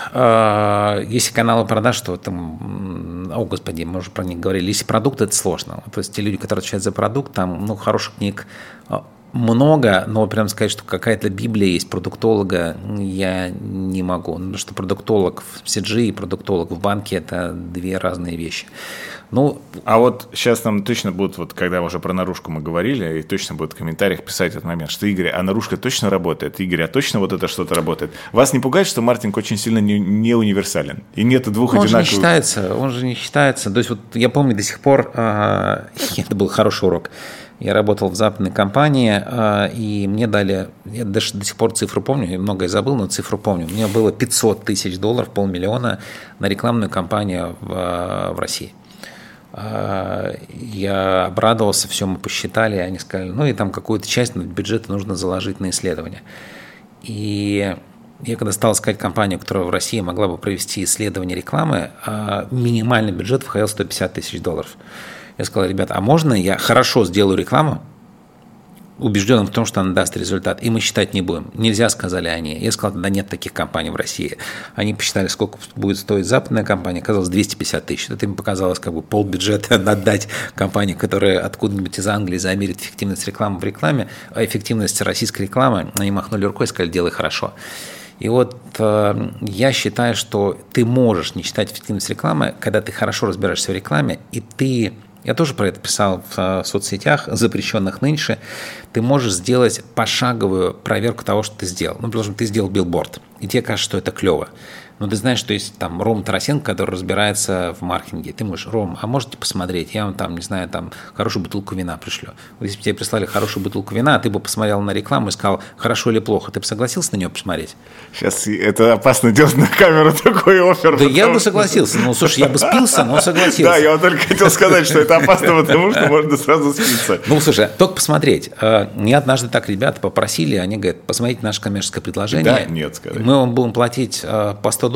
если каналы продаж, то там, о господи, мы уже про них говорили, если продукт, это сложно. То есть те люди, которые отвечают за продукт, там, ну, хороших книг много, но прям сказать, что какая-то Библия есть продуктолога, я не могу. Потому что продуктолог в CG и продуктолог в банке – это 2 разные вещи. Ну, а вот сейчас нам точно будут, вот когда уже про наружку мы говорили, и точно будут в комментариях писать этот момент, что, Игорь, а наружка точно работает? Игорь, а точно вот это что-то работает? Вас не пугает, что маркетинг очень сильно не универсален? И нету 2 одинаковых... Он же не считается. То есть вот я помню до сих пор, это был хороший урок. Я работал в западной компании, и мне дали, я даже до сих пор цифру помню, я многое забыл, но цифру помню. У меня было $500 тысяч, $500 000 на рекламную кампанию в России. Я обрадовался, все мы посчитали, они сказали, ну и там какую-то часть бюджета нужно заложить на исследование. И я когда стал искать компанию, которая в России могла бы провести исследование рекламы, минимальный бюджет входил $150 тысяч. Я сказал, ребята, а можно я хорошо сделаю рекламу, убежденным в том, что она даст результат, и мы считать не будем. Нельзя, сказали они. Я сказал, да нет таких компаний в России. Они посчитали, сколько будет стоить западная компания, оказалось 250 тысяч. Это им показалось как бы полбюджета отдать компании, которая откуда-нибудь из Англии замерит эффективность рекламы в рекламе, а эффективность российской рекламы, они махнули рукой и сказали, делай хорошо. И вот я считаю, что ты можешь не считать эффективность рекламы, когда ты хорошо разбираешься в рекламе, и ты... Я тоже про это писал в соцсетях, запрещенных нынче. Ты можешь сделать пошаговую проверку того, что ты сделал. Ну, потому что ты сделал билборд, и тебе кажется, что это клево. Но ты знаешь, что есть там Рома Тарасенко, который разбирается в маркетинге. Ты можешь, Ром, а можете посмотреть? Я вам там, не знаю, там хорошую бутылку вина пришлю. Вот если бы тебе прислали хорошую бутылку вина, а ты бы посмотрел на рекламу и сказал, хорошо или плохо, ты бы согласился на нее посмотреть? Сейчас это опасно делать на камеру такой оффер. Да я бы согласился. Ну, слушай, я бы спился, но согласился. Да, я вот только хотел сказать, что это опасно, потому что можно сразу спиться. Ну, слушай, только посмотреть. Мне однажды так ребята попросили, они говорят, посмотрите наше коммерческое предложение. Да, нет, сказать. Мы вам будем платить по $100,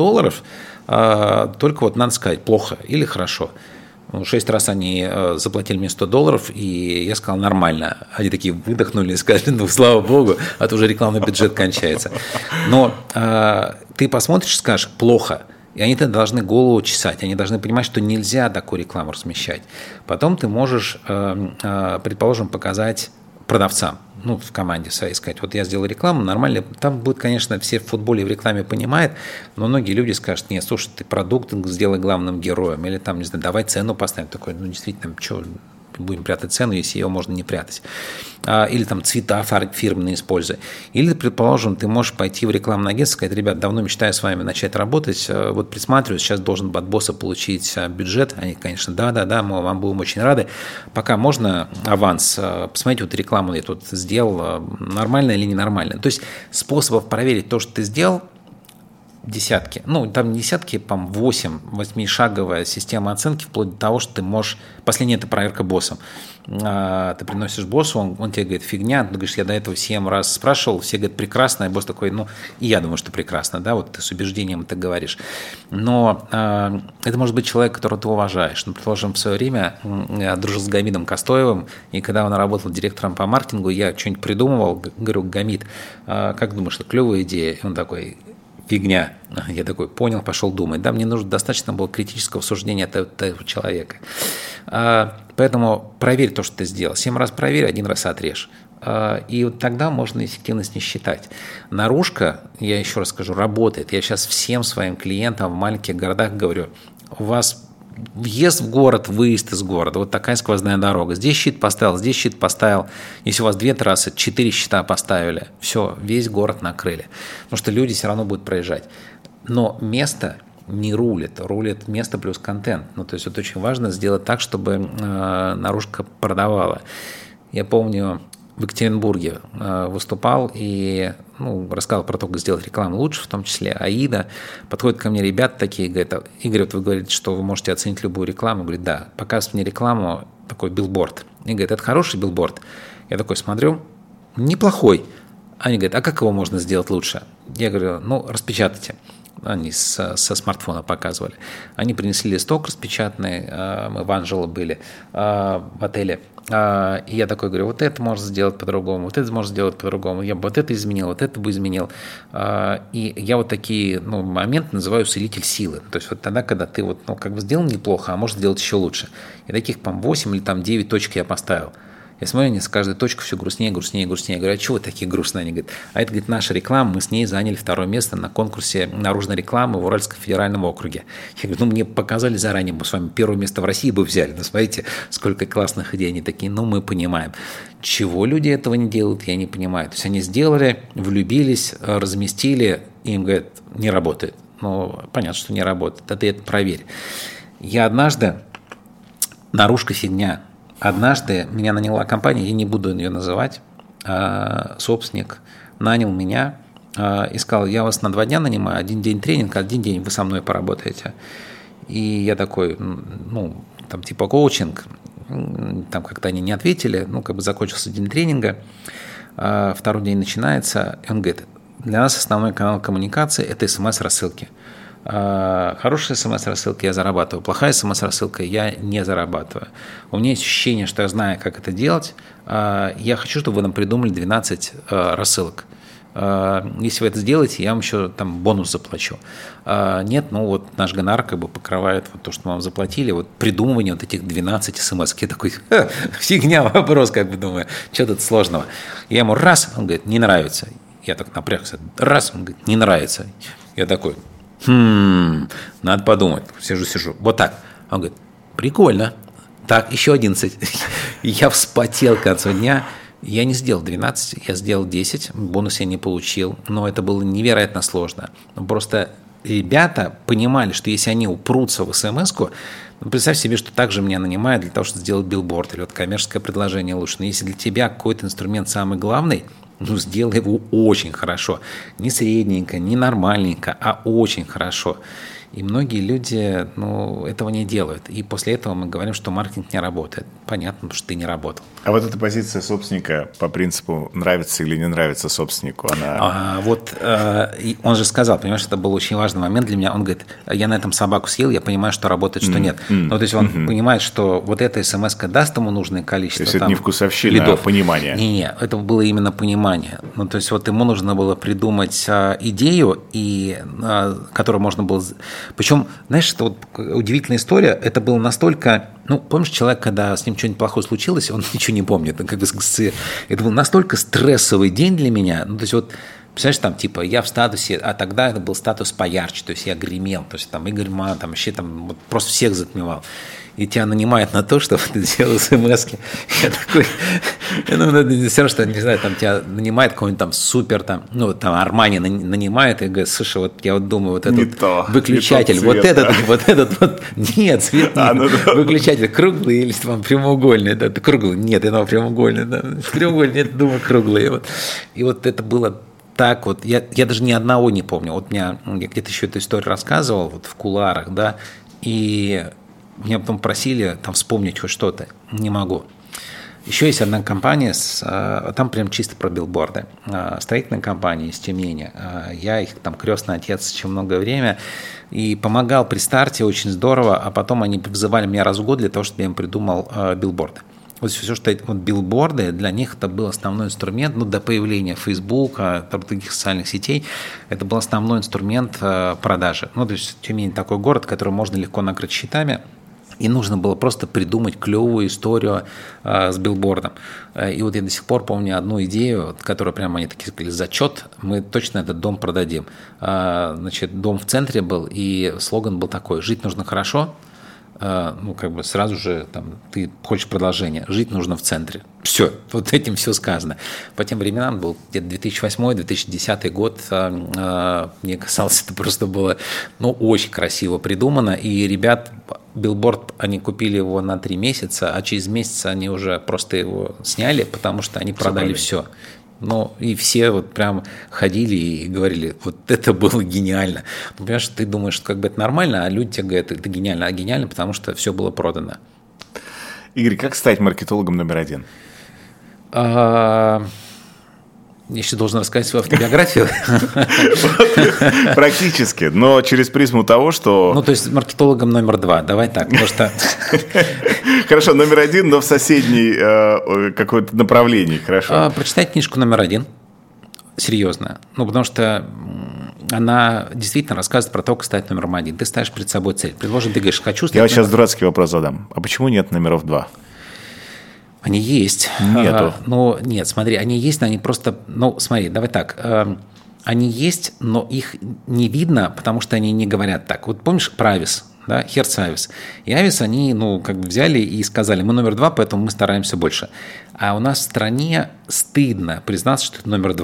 только вот надо сказать, плохо или хорошо. 6 раз они заплатили мне $100, и я сказал, нормально. Они такие выдохнули и сказали, ну, слава богу, а то уже рекламный бюджет кончается. Но ты посмотришь и скажешь, плохо. И они-то должны голову чесать, они должны понимать, что нельзя такую рекламу размещать. Потом ты можешь, предположим, показать продавцам, ну, в команде своей сказать, вот я сделал рекламу, нормально, там будет, конечно, все в футболе и в рекламе понимают, но многие люди скажут, нет, слушай, ты продукт сделай главным героем, или там, не знаю, давай цену поставим, такой, ну, действительно, что, будем прятать цену, если ее можно не прятать. Или там цвета фирменные используй. Или, предположим, ты можешь пойти в рекламное агентство и сказать: ребят, давно мечтаю с вами начать работать, вот присматриваюсь, сейчас должен от босса получить бюджет. Они, конечно, да, мы вам будем очень рады. Пока можно аванс, посмотрите, вот рекламу я тут сделал, нормально или ненормально. То есть способов проверить то, что ты сделал, десятки. Ну, там десятки, по-моему, 8-шаговая система оценки, вплоть до того, что ты можешь... Последняя – это проверка боссом. Ты приносишь боссу, он тебе говорит: фигня. Ты говоришь: я до этого 7 раз спрашивал, все говорят: прекрасно. И босс такой: ну, и я думаю, что прекрасно, да, вот ты с убеждением это говоришь. Но это может быть человек, которого ты уважаешь. Ну, предположим, в свое время я дружил с Гамидом Костоевым, и когда он работал директором по маркетингу, я что-нибудь придумывал, говорю: Гамид, как думаешь, это клевая идея? И он такой: фигня. Я такой: понял, пошел думать. Да, мне нужно достаточно было критического суждения от этого человека. Поэтому проверь то, что ты сделал. 7 раз проверь, 1 раз отрежь. И вот тогда можно эффективность не считать. Наружка, я еще раз скажу, работает. Я сейчас всем своим клиентам в маленьких городах говорю: у вас въезд в город, выезд из города, вот такая сквозная дорога. Здесь щит поставил, здесь щит поставил. Если у вас 2 трассы, 4 щита поставили, все, весь город накрыли. Потому что люди все равно будут проезжать. Но место не рулит место плюс контент. Ну, то есть вот очень важно сделать так, чтобы наружка продавала. Я помню, в Екатеринбурге выступал и рассказывал про то, как сделать рекламу лучше, в том числе Аида. Подходят ко мне ребята такие, говорят: Игорь, вот вы говорите, что вы можете оценить любую рекламу. Я говорю: да, показывают мне рекламу, такой билборд. И говорят: это хороший билборд? Я такой смотрю: неплохой. Они говорят: а как его можно сделать лучше? Я говорю: распечатайте. Они со смартфона показывали. Они принесли листок распечатанный, мы в Анжело были в отеле. И я такой говорю: вот это можно сделать по-другому, вот это можно сделать по-другому, я бы вот это изменил, вот это бы изменил. И я вот такие моменты называю усилитель силы. То есть вот тогда, когда ты сделал неплохо, а может сделать еще лучше. И таких, по-моему, 8 или 9 точек я поставил. Я смотрю, они с каждой точкой все грустнее. Я говорю: а чего вы такие грустные? Они говорят: а это, говорит, наша реклама, мы с ней заняли 2 место на конкурсе наружной рекламы в Уральском федеральном округе. Я говорю: мне показали заранее, мы с вами 1 место в России бы взяли. Смотрите, сколько классных идей. Они такие: мы понимаем. Чего люди этого не делают, я не понимаю. То есть они сделали, влюбились, разместили, и им говорят: не работает. Понятно, что не работает. А ты это проверь. Я однажды, наружка фигня, однажды меня наняла компания, я не буду ее называть, собственник нанял меня и сказал: я вас на 2 дня нанимаю, 1 день тренинг, 1 день вы со мной поработаете. И я такой: типа коучинг. Там как-то они не ответили, закончился день тренинга, 2-й день начинается, и он говорит: для нас основной канал коммуникации – это СМС-рассылки. Хорошая СМС-рассылка я зарабатываю, плохая СМС-рассылка я не зарабатываю. У меня есть ощущение, что я знаю, как это делать. Я хочу, чтобы вы нам придумали 12 рассылок. Если вы это сделаете, я вам еще бонус заплачу. Нет, наш гонорар покрывает то, что мы вам заплатили. Придумывание этих 12 смс. Я такой: фигня, вопрос, думаю, что тут сложного. Я ему раз, он говорит: не нравится. Я так напрягся, раз, он говорит: не нравится. Я такой: надо подумать. Сижу. Вот так. Он говорит: прикольно. Так, еще 11. Я вспотел к концу дня. Я не сделал 12, я сделал 10. Бонус я не получил. Но это было невероятно сложно. Просто ребята понимали, что если они упрутся в СМС-ку, представь себе, что также меня нанимают для того, чтобы сделать билборд или коммерческое предложение лучше. Но если для тебя какой-то инструмент самый главный, сделай его очень хорошо. Не средненько, не нормальненько, а очень хорошо. И многие люди этого не делают. И после этого мы говорим, что маркетинг не работает. Понятно, потому что ты не работал. А вот эта позиция собственника по принципу нравится или не нравится собственнику, она… Он же сказал, понимаешь, это был очень важный момент для меня. Он говорит: я на этом собаку съел, я понимаю, что работает, что нет. То есть он понимает, что вот эта смс-ка даст ему нужное количество. То есть это не вкусовщина, лидов. А понимание. Не, это было именно понимание. То есть ему нужно было придумать идею, которую можно было… Причем, знаешь, это удивительная история. Это было настолько… помнишь, человек, когда с ним что-нибудь плохое случилось, он ничего не помнит. Это был настолько стрессовый день для меня. То есть Представляешь, там, типа, я в статусе, а тогда это был статус поярче, то есть я гремел, то есть там Игорь Ман, там вообще там вот просто всех затмевал. И тебя нанимают на то, чтобы ты сделал смс-ки. Я такой, все равно, что, не знаю, там тебя нанимает какой-нибудь там супер, там, ну, там Армани нанимает, и говорит, слушай, вот я вот думаю, вот этот выключатель, вот этот, нет, цвет нет, выключатель круглый или там прямоугольный, да, круглый, нет, это прямоугольный, да, прямоугольный, нет, думаю, круглый. И вот это было так вот, я даже ни одного не помню, вот я где-то еще эту историю рассказывал, вот в кулуарах, да, и меня потом просили там вспомнить хоть что-то. Не могу. Еще есть одна компания, там прям чисто про билборды. Строительная компания из Тюмени. Я их там крестный отец еще многое время. И помогал при старте, очень здорово. А потом они вызывали меня раз в год для того, чтобы я им придумал билборды. Вот все, что вот билборды, для них это был основной инструмент, ну, до появления Фейсбука, других социальных сетей, это был основной инструмент продажи. Ну, то есть Тюмень такой город, который можно легко накрыть счетами, и нужно было просто придумать клевую историю с билбордом. И вот я до сих пор помню одну идею, которую прямо они такие сказали, зачет, мы точно этот дом продадим. Значит, дом в центре был, и слоган был такой: «Жить нужно хорошо». Ну, как бы сразу же там, ты хочешь продолжения. Жить нужно в центре. Все, вот этим все сказано. По тем временам был где-то 2008-2010 год. Мне казалось, это просто было, ну, очень красиво придумано. И ребят, билборд, они купили его на 3 месяца, а через месяц они уже просто его сняли, потому что они продали все. Ну, и все вот прям ходили и говорили, вот это было гениально. Ну, понимаешь, ты думаешь, что как бы это нормально, а люди тебе говорят, это гениально, а гениально, потому что все было продано. Игорь, как стать маркетологом номер 1? Я еще должен рассказать свою автобиографию. Практически, но через призму того, что... Ну, то есть маркетологом номер 2, давай так, потому что... Хорошо, номер 1, но в соседней какое-то направлении, хорошо. Прочитай книжку номер 1, серьезно, ну, потому что она действительно рассказывает про то, как стать номером 1. Ты ставишь перед собой цель. Предположим, ты говоришь, хочу стать... Я вот сейчас дурацкий вопрос задам. А почему нет номеров 2? Они есть. Нету. Ну, нет, смотри, они есть, но они просто... Ну, смотри, давай так. Они есть, но их не видно, потому что они не говорят так. Вот помнишь про Авис, да, Hertz Авис. И Авис, они, ну, как бы взяли и сказали, мы номер 2, поэтому мы стараемся больше. А у нас в стране стыдно признаться, что это номер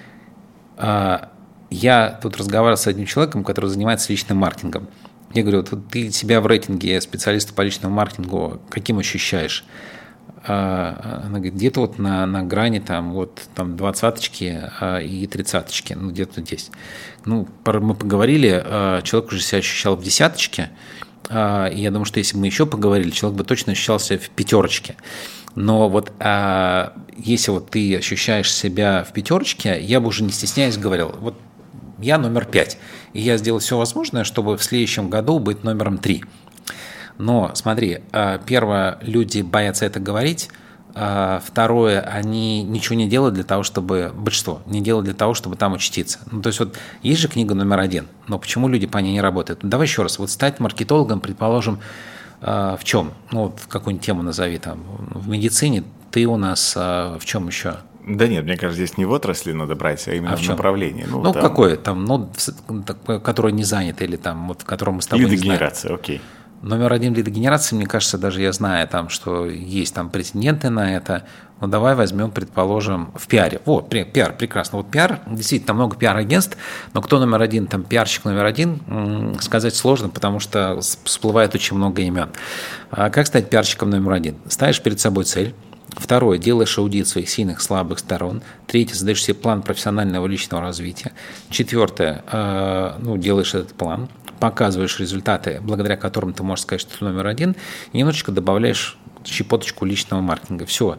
2. Я тут разговаривал с одним человеком, который занимается личным маркетингом. Я говорю, вот ты себя в рейтинге специалиста по личному маркетингу каким ощущаешь? Она говорит, где-то вот на грани там, вот, там 20-очки и 30-очки, ну где-то здесь. Ну, мы поговорили, человек уже себя ощущал в 10-очке, и я думаю, что если бы мы еще поговорили, человек бы точно ощущал себя в 5-очке. Но вот если вот ты ощущаешь себя в 5-очке, я бы уже не стесняясь говорил, вот я номер 5, и я сделал все возможное, чтобы в следующем году быть номером 3. Но смотри, первое, люди боятся это говорить, второе, они ничего не делают для того, чтобы, большинство, не делают для того, чтобы там учтиться. Ну, то есть вот есть же книга номер 1, но почему люди по ней не работают? Ну, давай еще раз, вот стать маркетологом, предположим, в чем? Ну, вот какую-нибудь тему назови там, в медицине, ты у нас в чем еще? Да нет, мне кажется, здесь не в отрасли надо брать, а именно в направлении. Ну там... какое там, ну, которое не занято или там, вот в котором мы с тобой не знаем. Лидогенерация, окей. Номер 1 лидогенерации, мне кажется, даже я знаю, там, что есть там претенденты на это. Ну, давай возьмем, предположим, в пиаре. Вот, пиар, прекрасно. Вот пиар, действительно, там много пиар-агентств, но кто номер 1, там, пиарщик номер 1, сказать сложно, потому что всплывает очень много имен. А как стать пиарщиком номер 1? Ставишь перед собой цель. Второе, делаешь аудит своих сильных, слабых сторон. Третье, задаешь себе план профессионального личного развития. Четвертое, делаешь этот план, показываешь результаты, благодаря которым ты можешь сказать, что ты номер 1, и немножечко добавляешь щепоточку личного маркетинга. Все.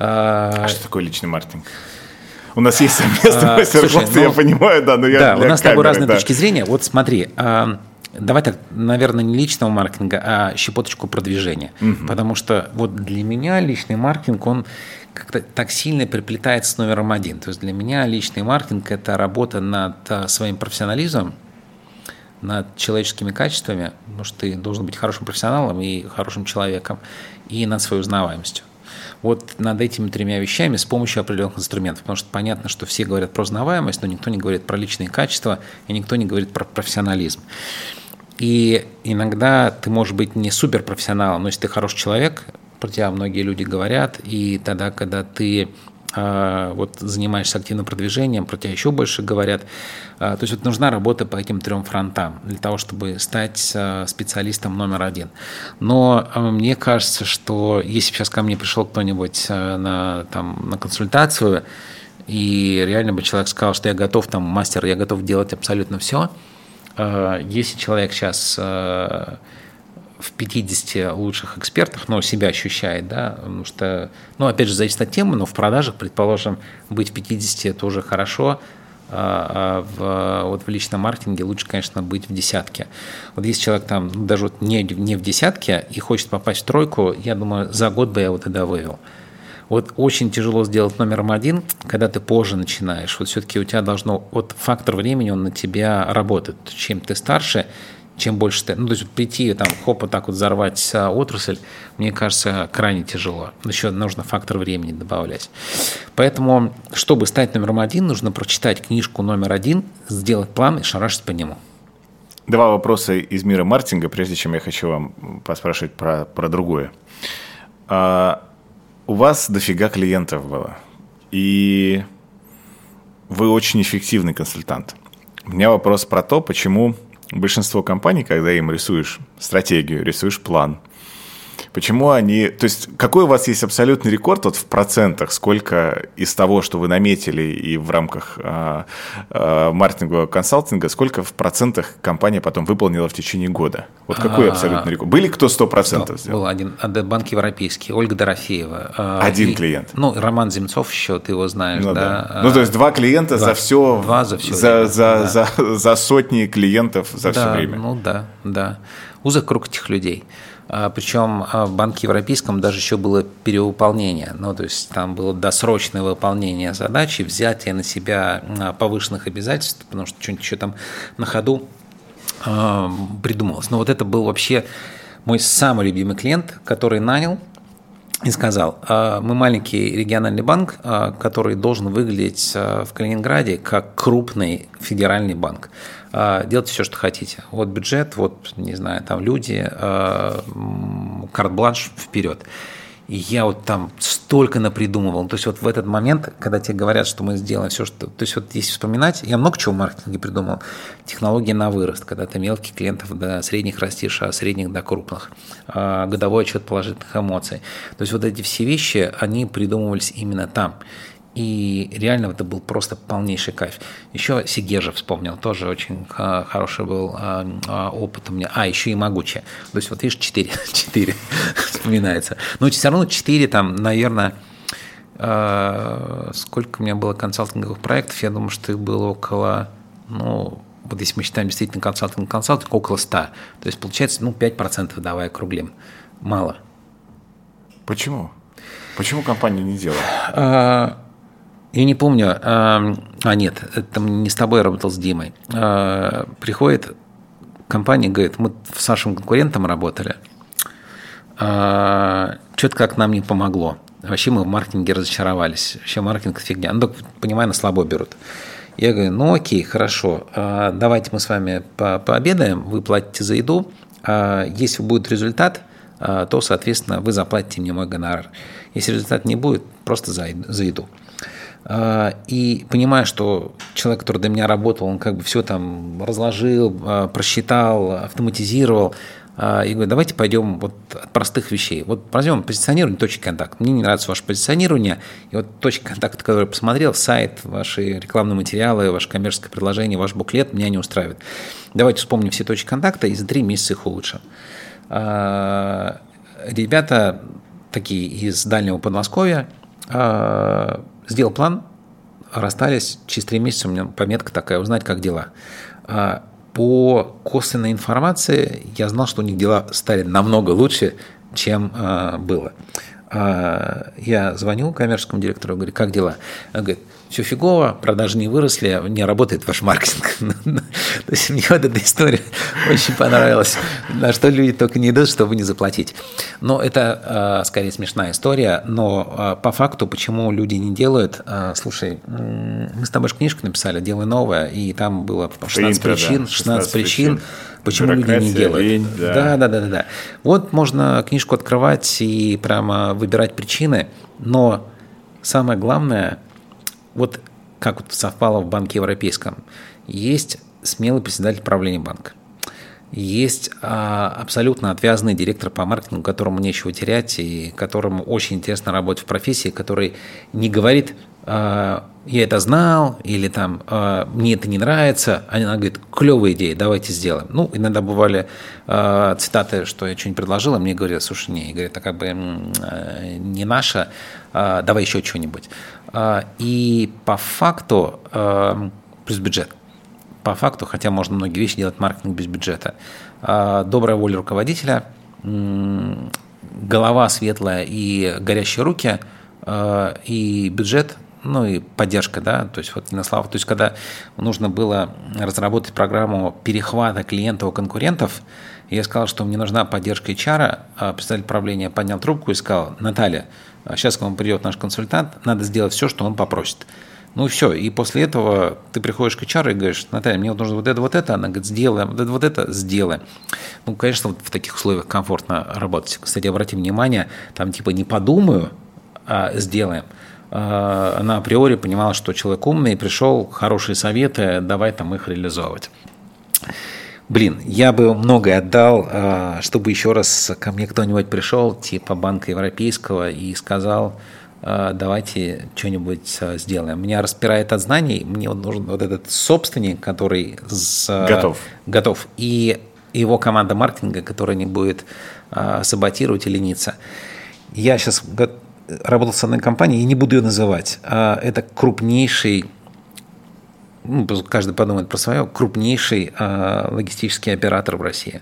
А что такое личный маркетинг? У нас есть совместный мастер-класс, я понимаю, да, но я... Да, у нас с тобой разные точки зрения. Вот смотри, давай так, наверное, не личного маркетинга, а щепоточку продвижения. Потому что вот для меня личный маркетинг, он как-то так сильно переплетается с номером 1. То есть для меня личный маркетинг – это работа над своим профессионализмом, над человеческими качествами, потому что ты должен быть хорошим профессионалом и хорошим человеком, и над своей узнаваемостью. Вот над этими 3 вещами с помощью определенных инструментов. Потому что понятно, что все говорят про узнаваемость, но никто не говорит про личные качества, и никто не говорит про профессионализм. И иногда ты можешь быть не суперпрофессионалом, но если ты хороший человек, про тебя многие люди говорят, и тогда, когда ты вот занимаешься активным продвижением, про тебя еще больше говорят. То есть вот нужна работа по этим 3 фронтам для того, чтобы стать специалистом номер 1. Но мне кажется, что если бы сейчас ко мне пришел кто-нибудь на консультацию, и реально бы человек сказал, что я готов, мастер, я готов делать абсолютно все. Если человек сейчас в 50 лучших экспертах, но себя ощущает, да, потому что, опять же, зависит от темы, но в продажах, предположим, быть в 50 – это уже хорошо, в личном маркетинге лучше, конечно, быть в десятке. Вот если человек даже не в десятке и хочет попасть в 3, я думаю, за год бы я его тогда вывел. Вот очень тяжело сделать номером 1, когда ты позже начинаешь. Вот все-таки у тебя должно, фактор времени, он на тебя работает. Чем ты старше, чем больше ты, то есть прийти, вот так вот взорвать отрасль, мне кажется, крайне тяжело. Еще нужно фактор времени добавлять. Поэтому, чтобы стать номером 1, нужно прочитать книжку номер 1, сделать план и шарашить по нему. 2 вопроса из мира маркетинга, прежде чем я хочу вам поспрашивать про другое. У вас дофига клиентов было, и вы очень эффективный консультант. У меня вопрос про то, почему большинство компаний, когда им рисуешь стратегию, рисуешь план, почему они... То есть, какой у вас есть абсолютный рекорд в процентах, сколько из того, что вы наметили и в рамках маркетингового консалтинга, сколько в процентах компания потом выполнила в течение года? Вот какой абсолютный рекорд? Были кто 100% сделал? Был один, Банк Европейский, Ольга Дорофеева. Один клиент? Роман Земцов еще, ты его знаешь, да? То есть 2 клиента за все... 2 за все. За сотни клиентов за все время. Да. Узок круг этих людей. Причем в Банке Европейском даже еще было перевыполнение. То есть там было досрочное выполнение задачи, взятие на себя повышенных обязательств, потому что что-нибудь еще там на ходу придумалось. Но вот это был вообще мой самый любимый клиент, который нанял и сказал: мы маленький региональный банк, который должен выглядеть в Калининграде как крупный федеральный банк. Делайте все, что хотите. Вот бюджет, не знаю, люди, карт-бланш вперед. И я там столько напридумывал. То есть в этот момент, когда тебе говорят, что мы сделаем все, что... То есть если вспоминать, я много чего в маркетинге придумал. Технологии на вырост, когда ты мелких клиентов до средних растишь, а средних до крупных. Годовой отчет положительных эмоций. То есть эти все вещи, они придумывались именно там. И реально это был просто полнейший кайф. Еще Сигежа вспомнил, тоже очень хороший был опыт у меня. Еще и Могучая. То есть видишь, 4 вспоминается. Но все равно 4 наверное, сколько у меня было консалтинговых проектов, я думаю, что их было около, если мы считаем действительно консалтинг, около 100. То есть получается, 5% давай округлим. Мало. Почему? Почему компания не делает? Я не помню, нет, это не с тобой, я работал с Димой. Приходит компания, говорит: мы с нашим конкурентом работали, что-то как нам не помогло. Вообще мы в маркетинге разочаровались. Вообще маркетинг – фигня. Понимаю, на слабо берут. Я говорю: окей, хорошо, давайте мы с вами пообедаем, вы платите за еду, если будет результат, то, соответственно, вы заплатите мне мой гонорар. Если результата не будет, просто за еду. И понимая, что человек, который до меня работал, он все разложил, просчитал, автоматизировал, и говорю: давайте пойдем от простых вещей. Возьмем позиционирование, точки контакта. Мне не нравится ваше позиционирование, и точки контакта, которые я посмотрел, сайт, ваши рекламные материалы, ваше коммерческое предложение, ваш буклет меня не устраивает. Давайте вспомним все точки контакта и за 3 месяца их улучшим. Ребята такие из дальнего Подмосковья, сделал план, расстались, через 3 месяца у меня пометка такая: узнать, как дела. По косвенной информации я знал, что у них дела стали намного лучше, чем было. Я звоню коммерческому директору, говорю: как дела? Он говорит: все фигово, продажи не выросли, не работает ваш маркетинг. То есть мне вот эта история очень понравилась, на что люди только не идут, чтобы не заплатить. Но это скорее смешная история, но по факту, почему люди не делают, слушай, мы с тобой же книжку написали «Делай новое», и там было 16 причин, почему люди не делают. Лень, Да. Вот можно книжку открывать и прямо выбирать причины, но самое главное, вот как вот совпало в Банке Европейском, есть смелый председатель правления банка, есть абсолютно отвязанный директор по маркетингу, которому нечего терять и которому очень интересно работать в профессии, который не говорит «я это знал» или там «мне это не нравится», она говорит «клевая идея, давайте сделаем». Ну, иногда бывали цитаты, что я что-нибудь предложил, а мне говорят «слушай, не», говорят, это как бы не наше, давай еще что-нибудь. И по факту плюс бюджет. По факту, хотя можно многие вещи делать маркетинг без бюджета. Добрая воля руководителя, голова светлая и горящие руки, и бюджет, ну и поддержка, да, то есть вот на славу. То есть когда нужно было разработать программу перехвата клиентов у конкурентов, я сказал, что мне нужна поддержка HR, представитель правления поднял трубку и сказал: Наталья, сейчас к вам придет наш консультант, надо сделать все, что он попросит. Ну и все, и после этого ты приходишь к HR и говоришь: Наталья, мне вот нужно вот это, она говорит: сделаем, вот это сделаем. Ну, конечно, вот в таких условиях комфортно работать. Кстати, обрати внимание, там типа не подумаю, а сделаем. Она априори понимала, что человек умный, пришел, хорошие советы, давай там их реализовывать. Блин, я бы многое отдал, чтобы еще раз ко мне кто-нибудь пришел, типа Банка Европейского, и сказал: давайте что-нибудь сделаем. Меня распирает от знаний, мне вот нужен вот этот собственник, который готов, и его команда маркетинга, которая не будет саботировать и лениться. Я сейчас работал с одной компанией, и не буду ее называть. Это крупнейший, каждый подумает про свое, крупнейший логистический оператор в России.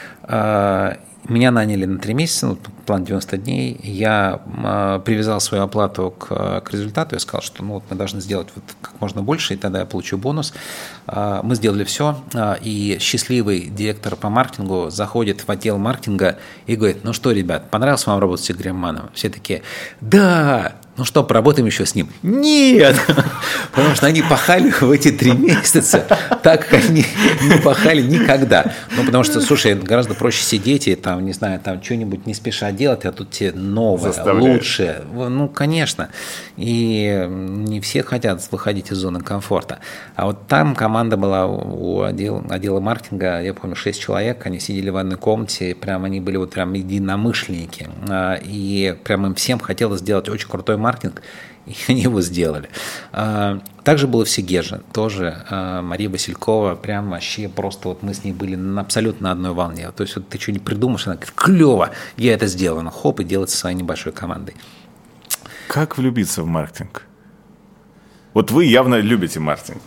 Меня наняли на 3 месяца, план 90 дней. Я привязал свою оплату к результату. Я сказал, что мы должны сделать вот как можно больше, и тогда я получу бонус. Мы сделали все, и счастливый директор по маркетингу заходит в отдел маркетинга и говорит: ну что, ребят, понравилось вам работать с Игорем Мановым? Все такие: да! Ну что, поработаем еще с ним? Нет! Потому что они пахали в эти 3 месяца так, как они не пахали никогда. Ну, потому что, слушай, гораздо проще сидеть и там, не знаю, там что-нибудь не спеша делать, а тут тебе новое, лучшее. Ну, конечно. И не все хотят выходить из зоны комфорта. А вот там команда была у отдела маркетинга, я помню, 6 человек, они сидели в одной комнате, прям они были вот прям единомышленники. И прям им всем хотелось сделать очень крутой маркетинг, и они его сделали. Также было в Сегеже, тоже Мария Василькова, прям вообще просто вот мы с ней были абсолютно на одной волне. То есть вот ты что-нибудь придумаешь, она говорит: клево, я это сделала. Ну, хоп, и делать со своей небольшой командой. Как влюбиться в маркетинг? Вот вы явно любите маркетинг.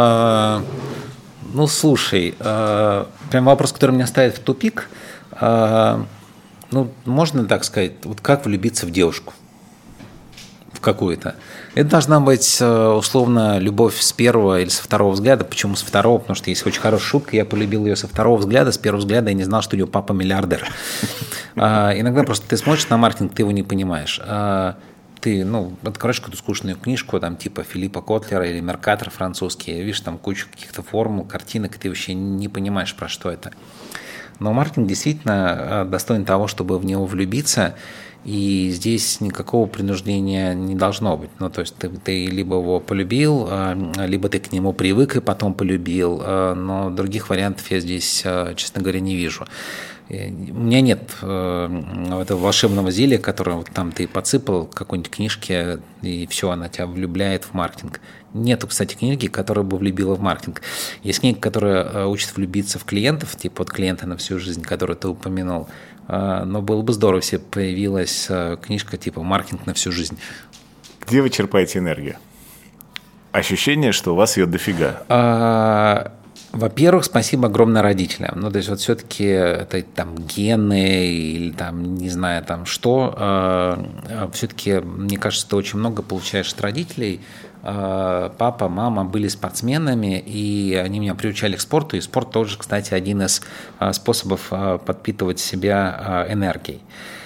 Ну, слушай, прям вопрос, который меня ставит в тупик. Ну, можно так сказать, вот как влюбиться в девушку? В какую-то. Это должна быть условно любовь с первого или со второго взгляда. Почему с второго? Потому что есть очень хорошая шутка. Я полюбил ее со второго взгляда. С первого взгляда я не знал, что ее папа миллиардер. Иногда просто ты смотришь на маркетинг, ты его не понимаешь. Ты, откроешь какую-то скучную книжку, там, типа Филиппа Котлера или Меркатор французский, видишь там кучу каких-то формул, картинок, и ты вообще не понимаешь, про что это. Но маркетинг действительно достоин того, чтобы в него влюбиться, и здесь никакого принуждения не должно быть. Ну, то есть ты либо его полюбил, либо ты к нему привык и потом полюбил, но других вариантов я здесь, честно говоря, не вижу. У меня нет этого волшебного зелья, которое вот там ты подсыпал какой-нибудь книжке, и все, она тебя влюбляет в маркетинг. Нету, кстати, книги, которая бы влюбила в маркетинг. Есть книга, которая учит влюбиться в клиентов, типа вот клиента на всю жизнь, которую ты упомянул. Но было бы здорово, если появилась книжка типа «Маркетинг на всю жизнь». Где вы черпаете энергию? Ощущение, что у вас ее дофига. Во-первых, спасибо огромное родителям. Ну, то есть вот все-таки это там гены или там не знаю там что. Все-таки, мне кажется, ты очень много получаешь от родителей. Папа, мама были спортсменами, и они меня приучали к спорту. И спорт тоже, кстати, один из способов подпитывать себя энергией.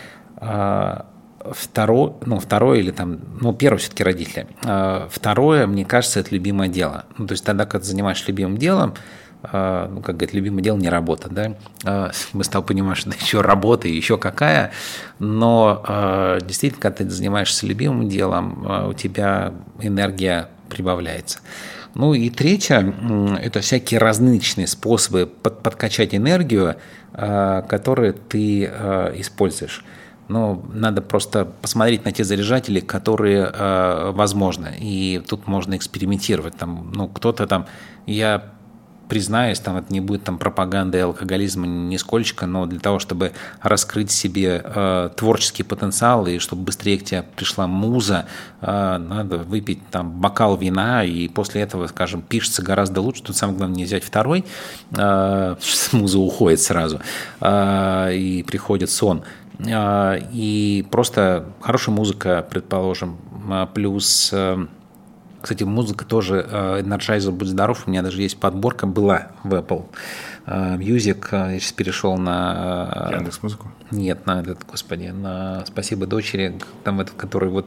Второе или там, первое все-таки родители. Второе, мне кажется, это любимое дело. Ну, то есть тогда, когда ты занимаешься любимым делом, как говорят, любимое дело не работа, да. Мы с тобой понимаем, что это еще работа и еще какая, но действительно, когда ты занимаешься любимым делом, у тебя энергия прибавляется. Ну и третье, это всякие различные способы подкачать энергию, которые ты используешь. Но надо просто посмотреть на те заряжатели, которые возможны. И тут можно экспериментировать. Кто-то там, я признаюсь, там это не будет там пропаганды и алкоголизма нисколько, но для того, чтобы раскрыть себе творческий потенциал и чтобы быстрее к тебе пришла муза, надо выпить там бокал вина, и после этого, скажем, пишется гораздо лучше. Тут самое главное не взять второй, муза уходит сразу, и приходит сон. И просто хорошая музыка, предположим, плюс, кстати, музыка тоже, Energizer, будь здоров, у меня даже есть подборка, была в Apple Music, я сейчас перешел на... Яндекс.Музыку? Нет, на на «Спасибо дочери», там этот, который вот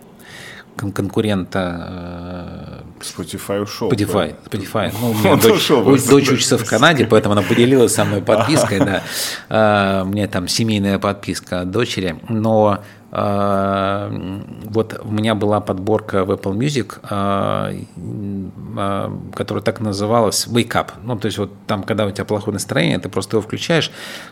конкурента Spotify ушел. Spotify. Ну, у меня дочь учится в Канаде, поэтому она поделилась со мной подпиской, да. У меня там семейная подписка дочери, но вот у меня была подборка в Apple Music, которая так называлась Wake Up. Ну, то есть вот там, когда у тебя плохое настроение, ты просто его включаешь.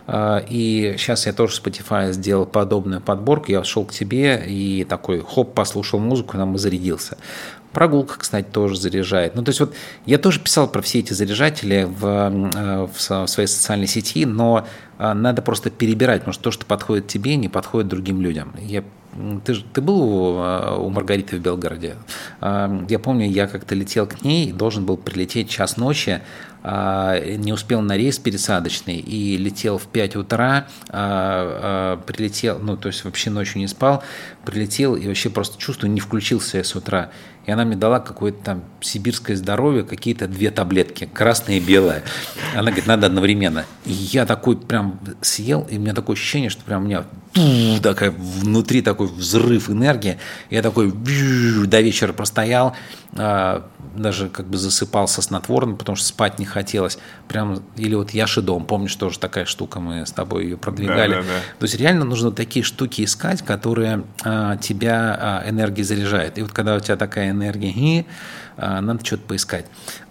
И сейчас я тоже в Spotify сделал подобную подборку. Я шел к тебе и такой, хоп, послушал музыку, нам и зарядился. Прогулка, кстати, тоже заряжает. Ну, то есть вот я тоже писал про все эти заряжатели в своей социальной сети, но надо просто перебирать, потому что то, что подходит тебе, не подходит другим людям. Ты был у Маргариты в Белгороде? Я помню, я как-то летел к ней, должен был прилететь 1:00 ночи, не успел на рейс пересадочный и летел в 5 утра, прилетел, то есть вообще ночью не спал, прилетел и вообще просто чувствую, не включился я с утра. И она мне дала какое-то там сибирское здоровье, какие-то 2 таблетки, красное и белое. Она говорит, надо одновременно. И я такой прям съел, и у меня такое ощущение, что прям у меня такая внутри такой взрыв энергии. Я такой до вечера простоял, даже как бы засыпал со снотворным, потому что спать не хотелось. Прям, или вот Яшидом, помнишь, тоже такая штука, мы с тобой ее продвигали. Да. То есть реально нужно такие штуки искать, которые тебя энергией заряжают. И вот когда у тебя такая энергия, надо что-то поискать.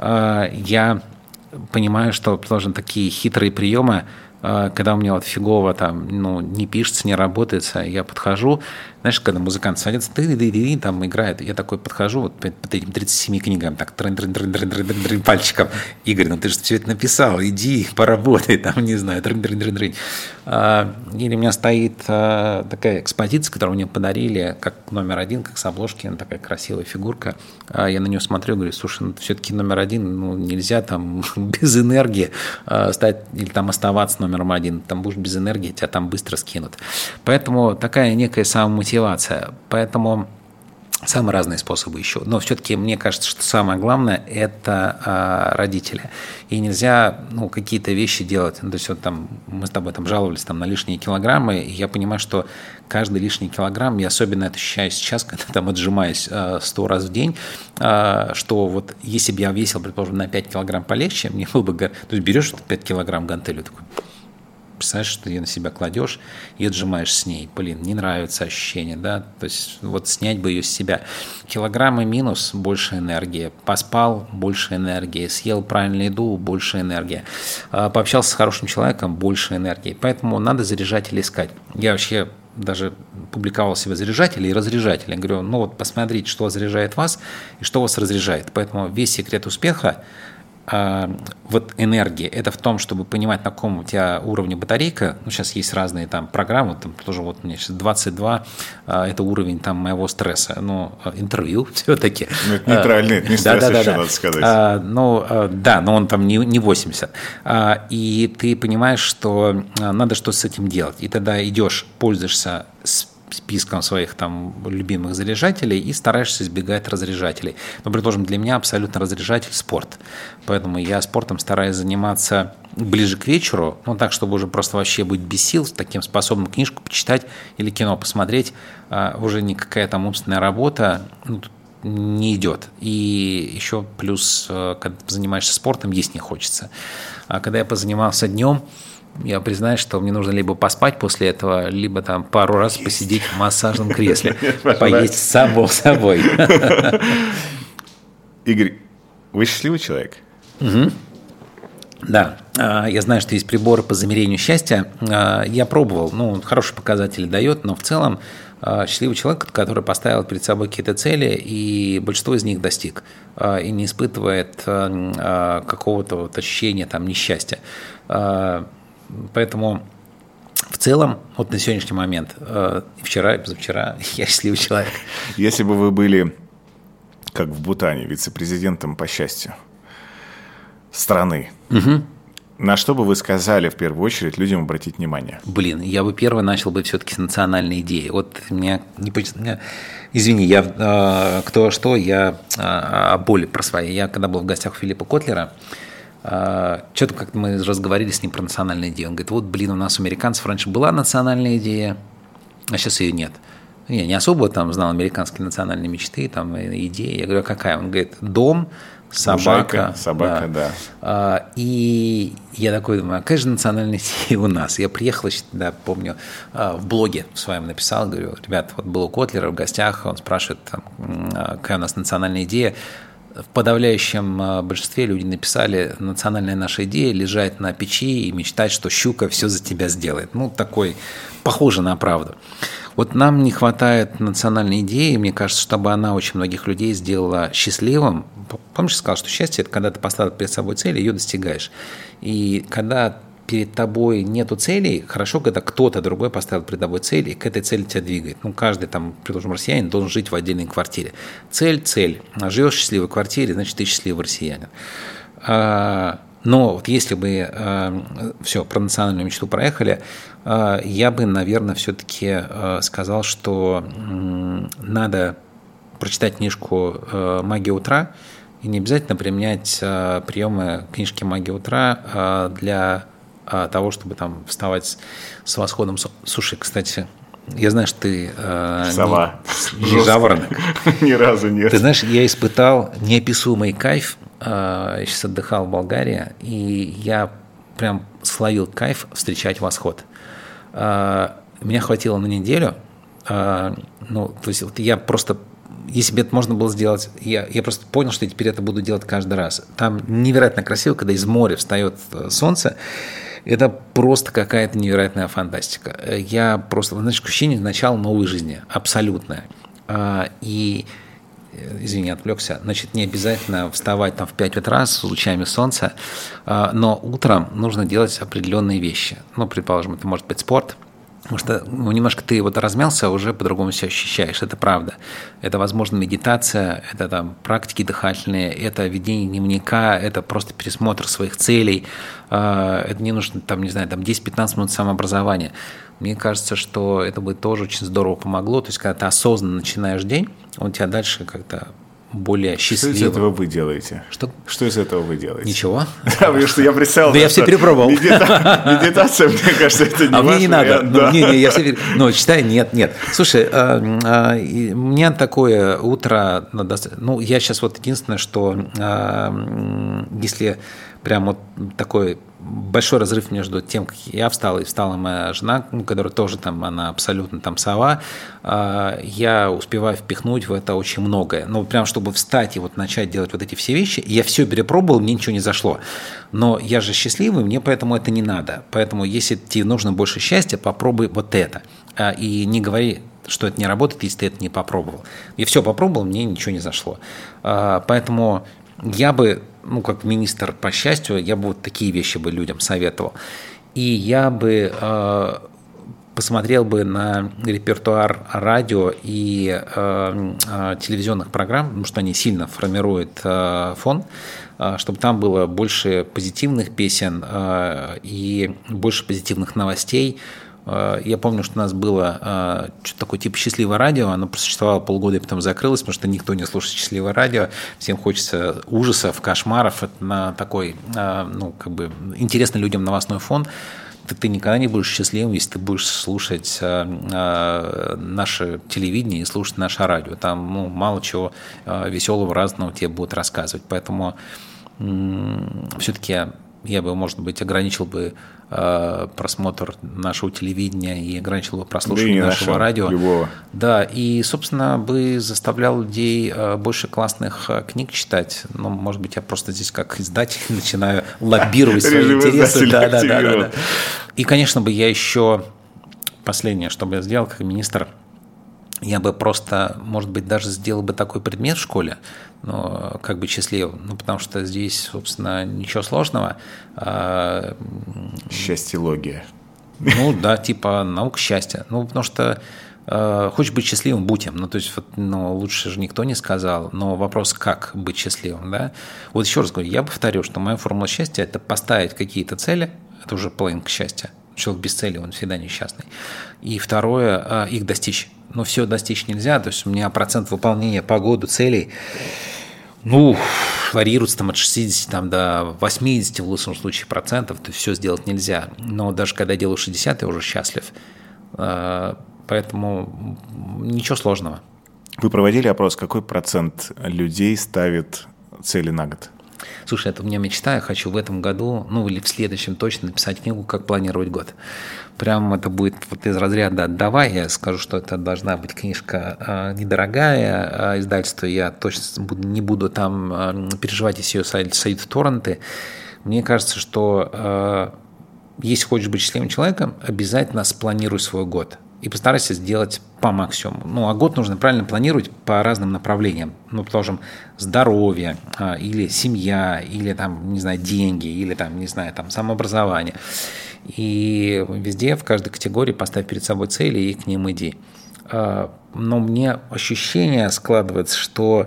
Я понимаю, что должны такие хитрые приемы, когда у меня вот фигово там, не пишется, не работает, я подхожу, знаешь, когда музыкант садится, там играет, я такой подхожу вот по этим 37 книгам, так пальчиком, Игорь, ты же все это написал, иди поработай, там, не знаю, Или у меня стоит такая экспозиция, которую мне подарили, как номер 1, как с обложки, такая красивая фигурка, я на нее смотрю, говорю, слушай, все-таки номер 1, нельзя там без энергии стать или там оставаться номером 1, там будешь без энергии, тебя там быстро скинут. Поэтому такая некая самомотивация. Поэтому самые разные способы еще. Но все-таки мне кажется, что самое главное – это родители. И нельзя какие-то вещи делать. То есть вот там мы с тобой там жаловались там, на лишние килограммы, и я понимаю, что каждый лишний килограмм, я особенно это ощущаю сейчас, когда там отжимаюсь 100 раз в день, что вот если бы я весил, предположим, на 5 килограмм полегче, мне было бы… То есть берешь 5 килограмм гантелью, такой… Представляешь, что ты ее на себя кладешь и отжимаешь с ней. Не нравится ощущение, да? То есть вот снять бы ее с себя. Килограммы минус, больше энергии. Поспал, больше энергии. Съел правильную еду, больше энергии. Пообщался с хорошим человеком, больше энергии. Поэтому надо заряжатели искать. Я вообще даже публиковал себе заряжатели и разряжатели. Я говорю, посмотрите, что заряжает вас и что вас разряжает. Поэтому весь секрет успеха вот энергии, это в том, чтобы понимать, на каком у тебя уровне батарейка. Ну, сейчас есть разные там программы, там тоже вот у меня сейчас 22, это уровень там моего стресса. Ну, интервью все-таки. Ну, это нейтральный, это не стресс еще, надо сказать. Да, но он там не 80. И ты понимаешь, что надо что-то с этим делать. И тогда идешь, пользуешься списком своих там любимых заряжателей и стараешься избегать разряжателей. Но, предположим, для меня абсолютно разряжатель – спорт. Поэтому я спортом стараюсь заниматься ближе к вечеру, ну так, чтобы уже просто вообще быть без сил, таким способным книжку почитать или кино посмотреть. Уже никакая там умственная работа не идет. И еще плюс, когда ты занимаешься спортом, есть не хочется. А когда я позанимался днем, я признаюсь, что мне нужно либо поспать после этого, либо там пару раз посидеть в массажном кресле, поесть самого собой. Игорь, вы счастливый человек? Да, я знаю, что есть приборы по замерению счастья. Я пробовал, хорошие показатели дает, но в целом счастливый человек, который поставил перед собой какие-то цели, и большинство из них достиг, и не испытывает какого-то вот ощущения там несчастья. Поэтому в целом, вот на сегодняшний момент, вчера и позавчера, я счастливый человек. Если бы вы были, как в Бутане, вице-президентом по счастью страны, на что бы вы сказали в первую очередь людям обратить внимание? Я бы первый начал бы все-таки с национальной идеи. Вот извини, я о боли про свои. Я когда был в гостях у Филиппа Котлера, что-то как-то мы разговаривали с ним про национальную идею. Он говорит, у нас у американцев раньше была национальная идея, а сейчас ее нет. Я не особо там знал американские национальные мечты, там, идеи. Я говорю, а какая? Он говорит, дом, собака. Собака, да. И я такой думаю, а какая же национальная идея у нас? Я приехал, помню, в блоге в своем написал, говорю, ребят, вот был у Котлера в гостях, он спрашивает, какая у нас национальная идея. В подавляющем большинстве люди написали, национальная наша идея – лежать на печи и мечтать, что щука все за тебя сделает. Такой, похоже на правду. Вот нам не хватает национальной идеи, мне кажется, чтобы она очень многих людей сделала счастливым. Помнишь, я сказал, что счастье – это когда ты поставил перед собой цель, и ее достигаешь. И когда перед тобой нету целей, хорошо, когда кто-то другой поставил перед тобой цель и к этой цели тебя двигает. Каждый, предположим, россиянин должен жить в отдельной квартире. Цель. Живешь в счастливой квартире, значит, ты счастливый россиянин. Но вот если бы все, про национальную мечту проехали, я бы, наверное, все-таки сказал, что надо прочитать книжку «Магия утра», и не обязательно применять приемы книжки «Магия утра» для того, чтобы там вставать с восходом. Слушай, кстати, я знаю, что ты сова. Не жаворонок. Ни разу нет. Ты знаешь, я испытал неописуемый кайф. Я сейчас отдыхал в Болгарии, и я прям словил кайф встречать восход. Меня хватило на неделю. То есть вот я просто... Если бы это можно было сделать, я просто понял, что я теперь это буду делать каждый раз. Там невероятно красиво, когда из моря встает солнце. Это просто какая-то невероятная фантастика. Я просто, ощущение начала новой жизни, абсолютное. И, извини, отвлекся, значит, не обязательно вставать там в 5 утра с лучами солнца, но утром нужно делать определенные вещи. Предположим, это может быть спорт, потому что немножко ты вот размялся, уже по-другому себя ощущаешь, это правда. Это, возможно, медитация, это там практики дыхательные, это ведение дневника, это просто пересмотр своих целей, это не нужно, 10-15 минут самообразования. Мне кажется, что это бы тоже очень здорово помогло, то есть, когда ты осознанно начинаешь день, он тебя дальше как-то более счастливо. Что из этого вы делаете? Что из этого вы делаете? Ничего. Да, потому что я представил... Да я все перепробовал. Медитация, мне кажется, это не важно. А мне не надо. Я все читаю, нет. Слушай, у меня такое утро... Я сейчас вот единственное, что если прям вот такой большой разрыв между тем, как я встал, и встала моя жена, которая тоже там, она абсолютно там сова, я успеваю впихнуть в это очень многое. Прям чтобы встать и вот начать делать вот эти все вещи, я все перепробовал, мне ничего не зашло. Но я же счастливый, мне поэтому это не надо. Поэтому если тебе нужно больше счастья, попробуй вот это. И не говори, что это не работает, если ты это не попробовал. Я все попробовал, мне ничего не зашло. Поэтому я бы как министр по счастью, я бы вот такие вещи бы людям советовал. И я бы посмотрел бы на репертуар радио и телевизионных программ, потому что они сильно формируют фон, чтобы там было больше позитивных песен и больше позитивных новостей. Я помню, что у нас было что-то такое типа «Счастливое радио», оно просуществовало полгода и потом закрылось, потому что никто не слушает «Счастливое радио», всем хочется ужасов, кошмаров, это на такой, интересный людям новостной фон. Ты никогда не будешь счастливым, если ты будешь слушать наше телевидение и слушать наше радио. Там мало чего веселого, разного тебе будут рассказывать. Поэтому все-таки я бы, может быть, ограничил бы просмотр нашего телевидения и ограничил бы прослушивание нашего радио. Любого. Да, и, собственно, бы заставлял людей больше классных книг читать. Может быть, я просто здесь как издатель начинаю лоббировать свои интересы. Да. И, конечно, бы я еще последнее, что бы я сделал как министр, я бы просто, может быть, даже сделал бы такой предмет в школе, но как бы счастливым, потому что здесь, собственно, ничего сложного. Счастье-логия. Типа наука счастья. Потому что хочешь быть счастливым, будь им. Лучше же никто не сказал. Но вопрос, как быть счастливым, да? Вот еще раз говорю, я повторю, что моя формула счастья – это поставить какие-то цели, это уже половинка счастья. Человек без цели, он всегда несчастный. И второе, их достичь. Но все достичь нельзя. То есть у меня процент выполнения по году целей, варьируется от 60 до 80 в лучшем случае процентов. То есть все сделать нельзя. Но даже когда я делаю 60, я уже счастлив. Поэтому ничего сложного. Вы проводили опрос, какой процент людей ставит цели на год? Слушай, это у меня мечта, я хочу в этом году, или в следующем точно написать книгу «Как планировать год». Прям это будет вот из разряда «давай», я скажу, что это должна быть книжка недорогая, издательство я точно не буду там переживать, если ее сойдут в торренты. Мне кажется, что если хочешь быть счастливым человеком, обязательно спланируй свой год. И постарайся сделать по максимуму. А год нужно правильно планировать по разным направлениям. Предположим, здоровье, или семья, или деньги, или самообразование. И везде, в каждой категории поставь перед собой цели и к ним иди. Но мне ощущение складывается, что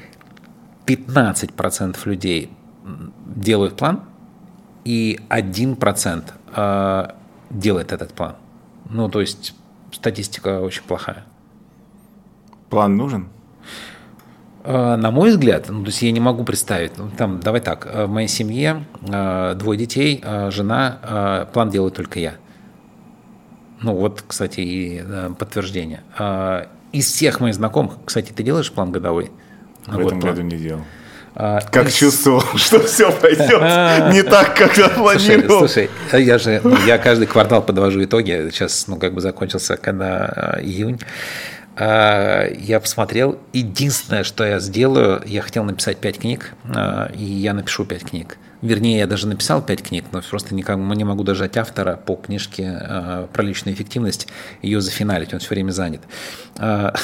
15% людей делают план, и 1% делает этот план. То есть статистика очень плохая. План нужен? На мой взгляд, то есть я не могу представить. Давай так, в моей семье 2 детей, жена, план делаю только я. Кстати, и подтверждение. Из всех моих знакомых, кстати, ты делаешь план годовой? В этом году не делал. Как чувствовал, что все пойдет не так, как я планировал. Слушай, я каждый квартал подвожу итоги. Сейчас, закончился когда июнь. Я посмотрел. Единственное, что я сделаю, я хотел написать 5 книг, и я напишу 5 книг. Вернее, я даже написал 5 книг, но просто никак не могу дожать автора по книжке про личную эффективность, ее зафиналить, он все время занят. Это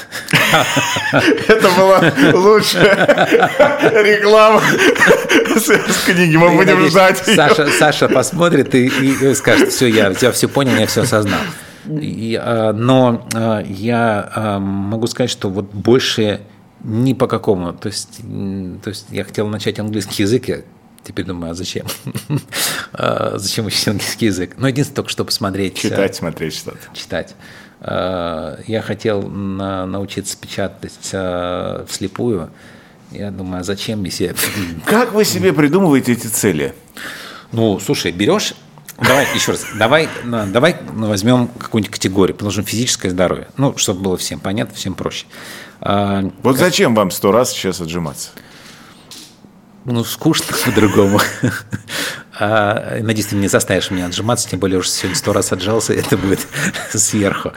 была лучшая реклама с книги, мы будем ждать ее. Саша посмотрит и скажет: все, я все понял, я все осознал. Но я могу сказать, что больше ни по какому. То есть я хотел начать английский язык, я теперь думаю, а зачем? Зачем учить английский язык? Единственное, только что посмотреть. Читать, смотреть что-то. Читать. Я хотел научиться печатать вслепую. Я думаю, а зачем, если... Как вы себе придумываете эти цели? Слушай, берешь... Давай еще раз. Давай возьмем какую-нибудь категорию, положим физическое здоровье. Чтобы было всем понятно, всем проще. Зачем вам 100 раз сейчас отжиматься? Скучно по-другому. Надеюсь, ты не заставишь меня отжиматься, тем более уже сегодня 100 раз отжался, это будет сверху.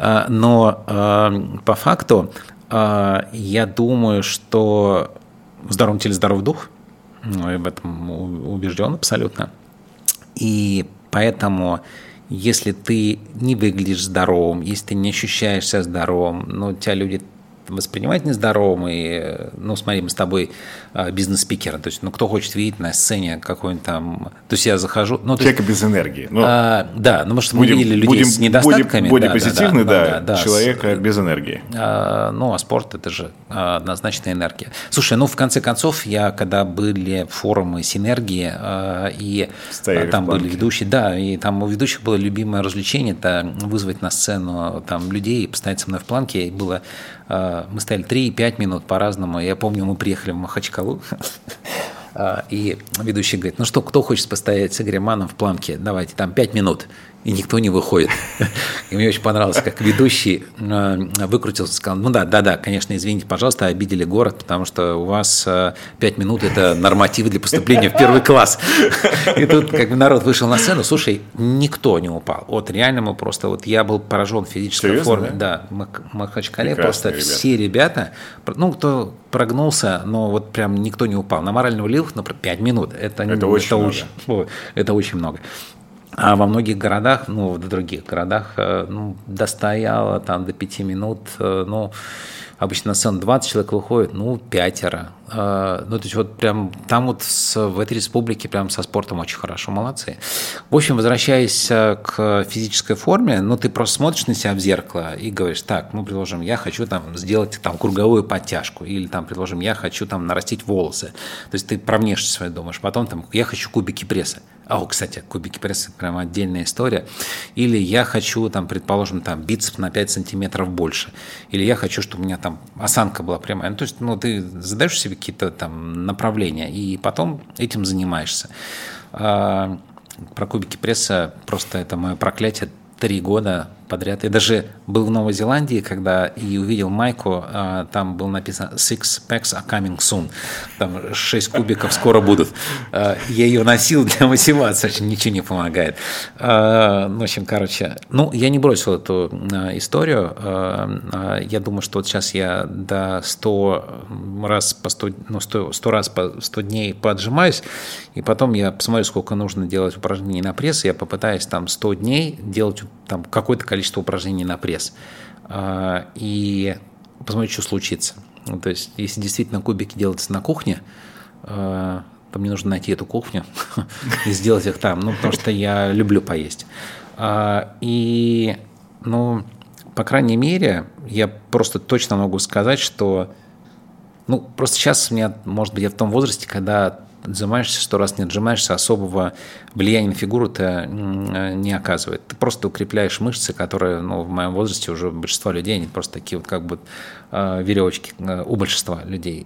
Но по факту я думаю, что в здоровом теле здоровый дух. Я в этом убежден абсолютно. И поэтому, если ты не выглядишь здоровым, если ты не ощущаешь себя здоровым, тебя люди воспринимать нездоровым. И, ну, смотри, мы с тобой бизнес-спикеры. То есть, ну, кто хочет видеть на сцене какой-нибудь там... То есть, я захожу... Ну, человека без энергии. Да, ну, потому что мы видели людей с недостатками. Бодипозитивный, человека без энергии. Ну, а спорт – это же однозначно энергия. Слушай, ну, в конце концов, когда были форумы синергии, и там были ведущие, и там у ведущих было любимое развлечение – это вызвать на сцену там людей, поставить со мной в планке, и было... Мы стояли 3 и 5 минут по-разному. Я помню, мы приехали в Махачкалу, и ведущий говорит, ну что, кто хочет постоять с Игорем Манном в планке? Давайте, там 5 минут. И никто не выходит. И мне очень понравилось, как ведущий выкрутился и сказал, ну да, конечно, извините, пожалуйста, обидели город, потому что у вас 5 минут – это норматив для поступления в первый класс. И тут как бы народ вышел на сцену, слушай, никто не упал. Вот реально мы просто, вот я был поражен физической Серьезно, форме. Да, в Махачкале просто все ребята, ну, кто прогнулся, но вот прям никто не упал. На морального ливых, например, 5 минут – это очень много. А во многих городах, ну, в других городах, ну, достояло там до 5 минут, ну, обычно на сцену 20 человек выходит, ну, 5. Ну, то есть вот прям там вот в этой республике прям со спортом очень хорошо, молодцы. В общем, возвращаясь к физической форме, ну, ты просто смотришь на себя в зеркало и говоришь, так, ну, предложим, я хочу там сделать там круговую подтяжку, или там, предложим, я хочу там нарастить волосы. То есть ты про внешность свою думаешь, потом там, я хочу кубики пресса. Кстати, кубики пресса – это прям отдельная история. Или я хочу, там, предположим, там, бицеп на 5 сантиметров больше. Или я хочу, чтобы у меня там осанка была прямая. Ну, то есть, ну, ты задаешь себе какие-то там направления, и потом этим занимаешься. Про кубики пресса просто это мое проклятие 3 года подряд. Я даже был в Новой Зеландии, когда и увидел майку, там было написано «Six packs are coming soon». Там 6 кубиков скоро будут. Я ее носил для мотивации, ничего не помогает. В общем, короче, ну, я не бросил эту историю. Я думаю, что вот сейчас я до 100 раз по 100 дней поотжимаюсь, и потом я посмотрю, сколько нужно делать упражнений на пресс, и я попытаюсь там 100 дней делать там какое-то количество упражнений на пресс. И посмотрим, что случится. Ну, то есть, если действительно кубики делаются на кухне, то мне нужно найти эту кухню и сделать их там, ну, потому что я люблю поесть. И, ну, по крайней мере, я просто точно могу сказать, что, ну, просто сейчас у меня, может быть, я в том возрасте, когда отжимаешься 100 раз, не отжимаешься, особого влияния на фигуру-то не оказывает. Ты просто укрепляешь мышцы, которые, ну, в моем возрасте уже большинство людей, они просто такие вот как бы веревочки у большинства людей,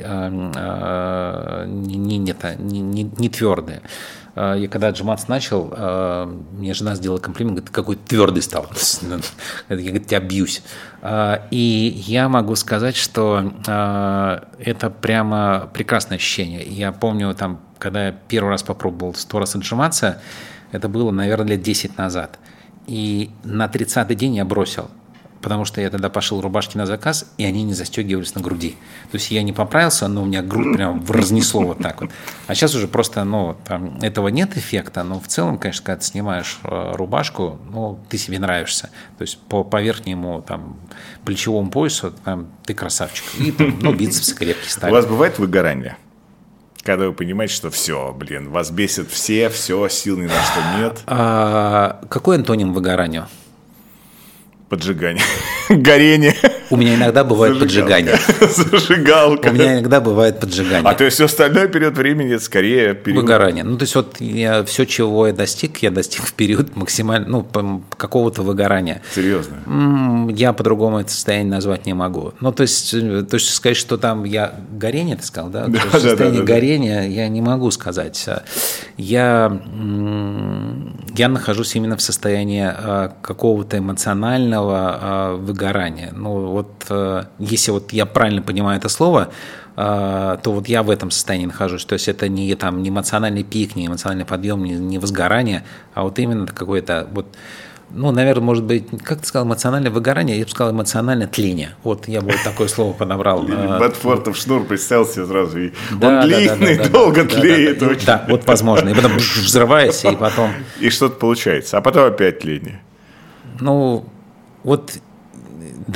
не твердые. Я когда отжиматься начал, мне жена сделала комплимент, говорит, какой твердый стал. Я, говорит, тебя бьюсь. И я могу сказать, что это прямо прекрасное ощущение. Я помню, там, когда я первый раз попробовал 100 раз отжиматься, это было, наверное, лет 10 назад. И на 30-й день я бросил, потому что я тогда пошил рубашки на заказ, и они не застегивались на груди. То есть я не поправился, но у меня грудь прям разнесло вот так вот. А сейчас уже просто, ну, там, этого нет эффекта, но в целом, конечно, когда ты снимаешь рубашку, ну, ты себе нравишься. То есть по верхнему там плечевому поясу там, ты красавчик. И там, ну, бицепсы крепкие стали. У вас бывает выгорание? Когда вы понимаете, что все, вас бесит все, сил ни на что нет. Какой антоним выгоранию? Поджигание. Горение. У меня иногда бывает поджигание. Зажигалка. У меня иногда бывает поджигание. А то есть все остальное период времени это скорее период... Выгорание. Ну, то есть вот все, чего я достиг в период максимально, ну, какого-то выгорания. Серьезно? Я по-другому это состояние назвать не могу. Ну, то есть сказать, что там я горение, ты сказал, да? Да, состояние горения я не могу сказать. Я нахожусь именно в состоянии какого-то эмоционального выгорания. Ну, вот если вот я правильно понимаю это слово, то вот я в этом состоянии нахожусь. То есть это не эмоциональный пик, не эмоциональный подъем, не возгорание, а вот именно какое-то вот, ну, наверное, может быть, как ты сказал, эмоциональное выгорание, я бы сказал эмоциональное тление. Вот я бы вот такое слово подобрал. Ботфортов шнур представил себе сразу. Он длинный, долго тлеет. Да, вот возможно. И потом взрывается, и потом... И что-то получается. А потом опять тление. Ну, вот, да.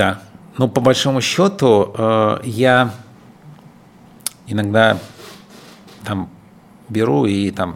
Ну, по большому счету, я иногда там беру и там,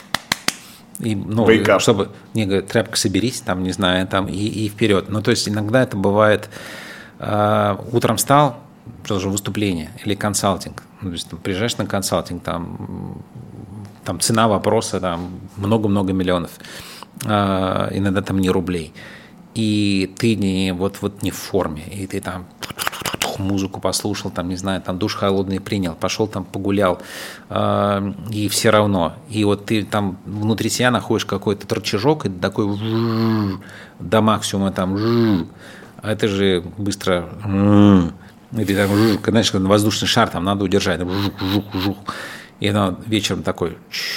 чтобы, мне говорят, тряпка соберись, там, не знаю, там, и вперед. Ну, то есть иногда это бывает, утром встал, продолжил выступление или консалтинг. Ну, то есть там, приезжаешь на консалтинг, там цена вопроса, там много-много миллионов, иногда там не рублей. И ты не не в форме, и ты там музыку послушал, там, не знаю, там душ холодный принял, пошел там погулял, и все равно. И вот ты там внутри себя находишь какой-то рычажок, и ты такой до максимума там, а это же быстро, и ты так, знаешь, как воздушный шар, там надо удержать, и она вечером такой,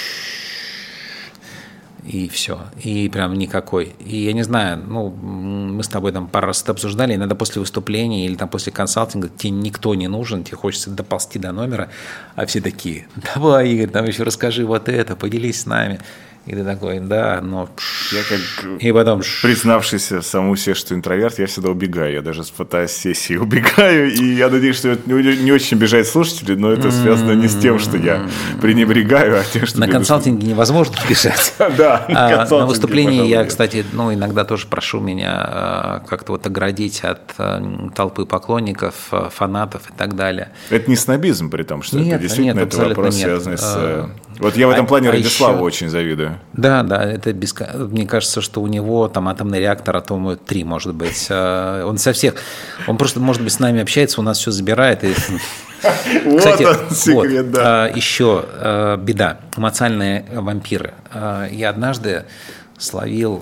и все, и прям никакой. И я не знаю, мы с тобой там пару раз это обсуждали, иногда после выступления или там после консалтинга тебе никто не нужен, тебе хочется доползти до номера, а все такие, давай, Игорь, там еще расскажи вот это, поделись с нами. И ты такой, да, но... Я как и потом... признавшийся самому себе, что интроверт, я всегда убегаю. Я даже с фотосессии убегаю. И я надеюсь, что это не очень обижает слушателей, но это связано не с тем, что я пренебрегаю, а тем, что... На консалтинге невозможно бежать. Да, на выступлении я, кстати, иногда тоже прошу меня как-то вот оградить от толпы поклонников, фанатов и так далее. Это не снобизм, при том, что это действительно это вопрос, связанный с... Вот я в этом плане Радиславу очень завидую. Да, это мне кажется, что у него там атомный реактор, атома 3, может быть. Он со всех, он просто, может быть, с нами общается, у нас все забирает. Вот он секрет, да. Еще беда, эмоциональные вампиры. Я однажды словил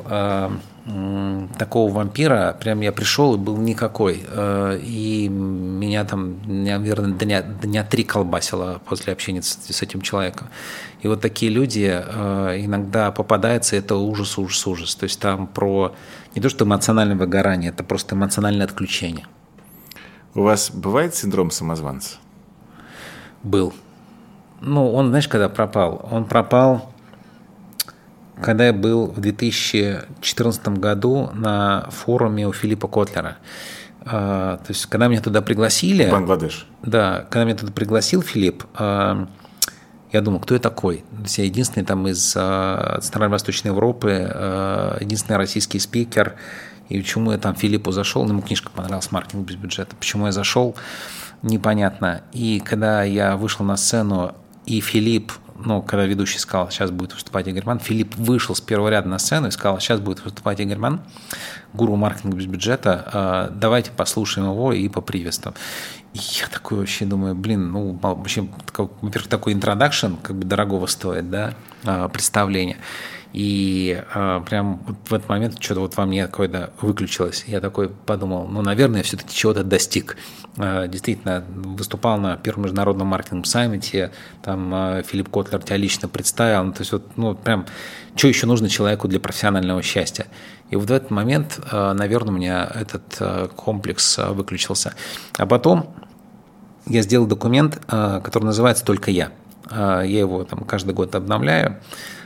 такого вампира, прям я пришел и был никакой. И меня там, наверное, дня 3 колбасило после общения с этим человеком. И вот такие люди иногда попадаются, это ужас. То есть там про не то, что эмоциональное выгорание, это просто эмоциональное отключение. У вас бывает синдром самозванца? Был. Он, знаешь, когда пропал? Он пропал... Когда я был в 2014 году на форуме у Филиппа Котлера. То есть, когда меня туда пригласили... Бангладеш. Да, когда меня туда пригласил Филипп, я думал, кто я такой? То есть, я единственный там из Центрально-Восточной Европы, единственный российский спикер. И почему я там Филиппу зашел? Ему книжка понравилась «Маркетинг без бюджета». Почему я зашел, непонятно. И когда я вышел на сцену, и Филипп, когда ведущий сказал, сейчас будет выступать Игорь Манн, Филипп вышел с первого ряда на сцену и сказал, сейчас будет выступать Игорь Манн, гуру маркетинга без бюджета, давайте послушаем его и поприветствуем. И я такой вообще думаю, вообще, во-первых, такой интродакшн, как бы дорогого стоит, да, представление. И прям вот в этот момент что-то вот во мне какое-то выключилось. Я такой подумал, наверное, я все-таки чего-то достиг. Действительно, выступал на первом международном маркетинговом саммите, там Филипп Котлер тебя лично представил. То есть прям, что еще нужно человеку для профессионального счастья? И вот в этот момент, наверное, у меня этот комплекс выключился. А потом я сделал документ, который называется «Только я». Я его там каждый год обновляю.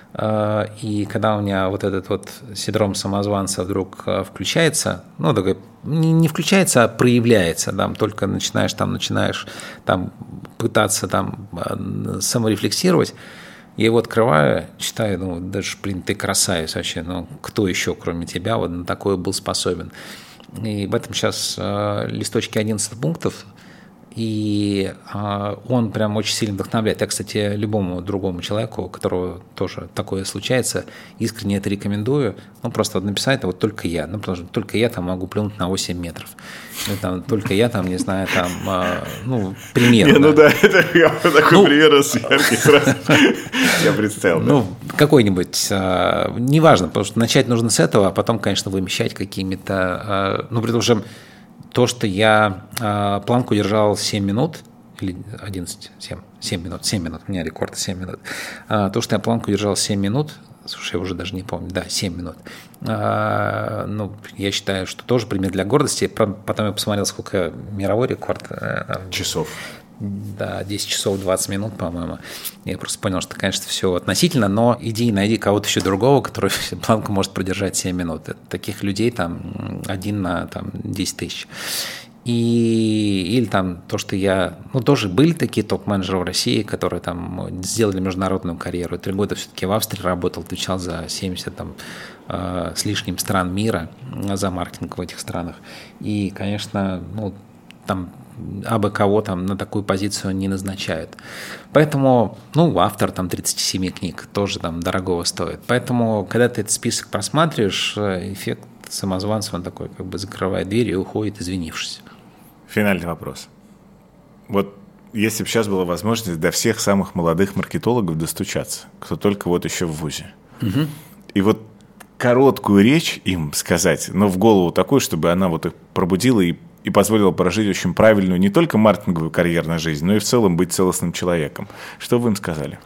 И когда у меня вот этот вот синдром самозванца вдруг включается, такой, не включается, а проявляется, только начинаешь пытаться саморефлексировать, я его открываю, читаю, думаю, даже, ты красавец вообще, кто еще, кроме тебя, вот на такое был способен. И в этом сейчас листочки 11 пунктов, и он прям очень сильно вдохновляет. Я, кстати, любому другому человеку, у которого тоже такое случается, искренне это рекомендую. Просто написать, вот только я. Потому что только я там могу плюнуть на 8 метров. Только я там, не знаю, примерно. Это я такой пример яркий сразу. Я представил. Какой-нибудь, неважно, потому что начать нужно с этого, а потом, конечно, вымещать какими-то, потому что то, что я планку держал 7 минут, или 11, 7 минут, у меня рекорд 7 минут. То, что я планку держал 7 минут, слушай, я уже даже не помню, 7 минут. Я считаю, что тоже пример для гордости. Потом я посмотрел, сколько мировой рекорд. Часов. Да, 10 часов 20 минут, по-моему. Я просто понял, что, конечно, все относительно, но иди и найди кого-то еще другого, который планку может продержать 7 минут. Таких людей там 1 на 10 тысяч. Или там то, что тоже были такие топ-менеджеры в России, которые там сделали международную карьеру. 3 года все-таки в Австрии работал, отвечал за 70 там, с лишним стран мира, за маркетинг в этих странах. И, конечно, там абы кого там на такую позицию не назначают. Поэтому, автор там 37 книг тоже там дорогого стоит. Поэтому, когда ты этот список просматриваешь, эффект самозванца, он такой как бы закрывает дверь и уходит, извинившись. Финальный вопрос. Вот если бы сейчас была возможность до всех самых молодых маркетологов достучаться, кто только вот еще в вузе, и вот короткую речь им сказать, но в голову такую, чтобы она вот их пробудила и позволила прожить очень правильную не только маркетинговую карьерную жизнь, но и в целом быть целостным человеком. Что вы им сказали?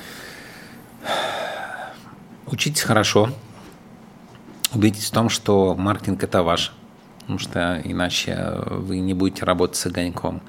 Учитесь хорошо. Убедитесь в том, что маркетинг – это ваш, потому что иначе вы не будете работать с огоньком.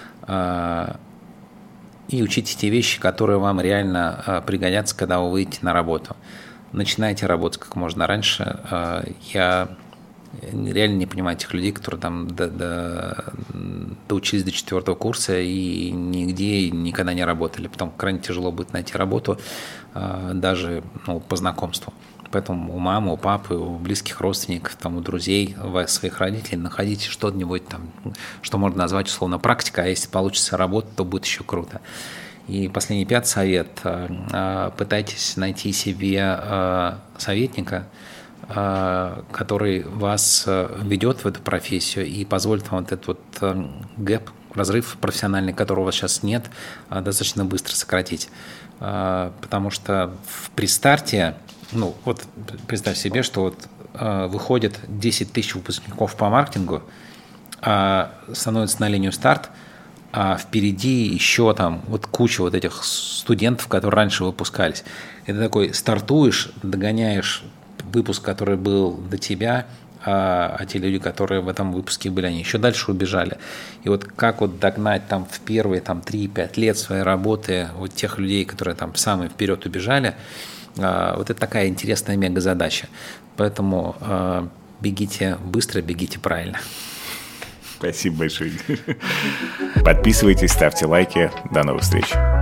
И учите те вещи, которые вам реально пригодятся, когда вы выйдете на работу. Начинайте работать как можно раньше. Я реально не понимаю тех людей, которые там доучились до 4 курса и нигде никогда не работали. Потом крайне тяжело будет найти работу даже по знакомству. Поэтому у мамы, у папы, у близких родственников, там, у друзей, у своих родителей находите что-нибудь там, что можно назвать условно практикой, а если получится работать, то будет еще круто. И последний 5 совет. Пытайтесь найти себе советника, который вас ведет в эту профессию и позволит вам вот этот вот гэп, разрыв профессиональный, которого у вас сейчас нет, достаточно быстро сократить. Потому что при старте, вот представь себе, что выходит 10 тысяч выпускников по маркетингу, становится на линию старт, а впереди еще там вот куча вот этих студентов, которые раньше выпускались. И ты такой стартуешь, догоняешь выпуск, который был до тебя, а те люди, которые в этом выпуске были, они еще дальше убежали. И вот как вот догнать там в первые там 3-5 лет своей работы вот тех людей, которые там самые вперед убежали, вот это такая интересная мега-задача. Поэтому бегите быстро, бегите правильно. Спасибо большое. Подписывайтесь, ставьте лайки. До новых встреч.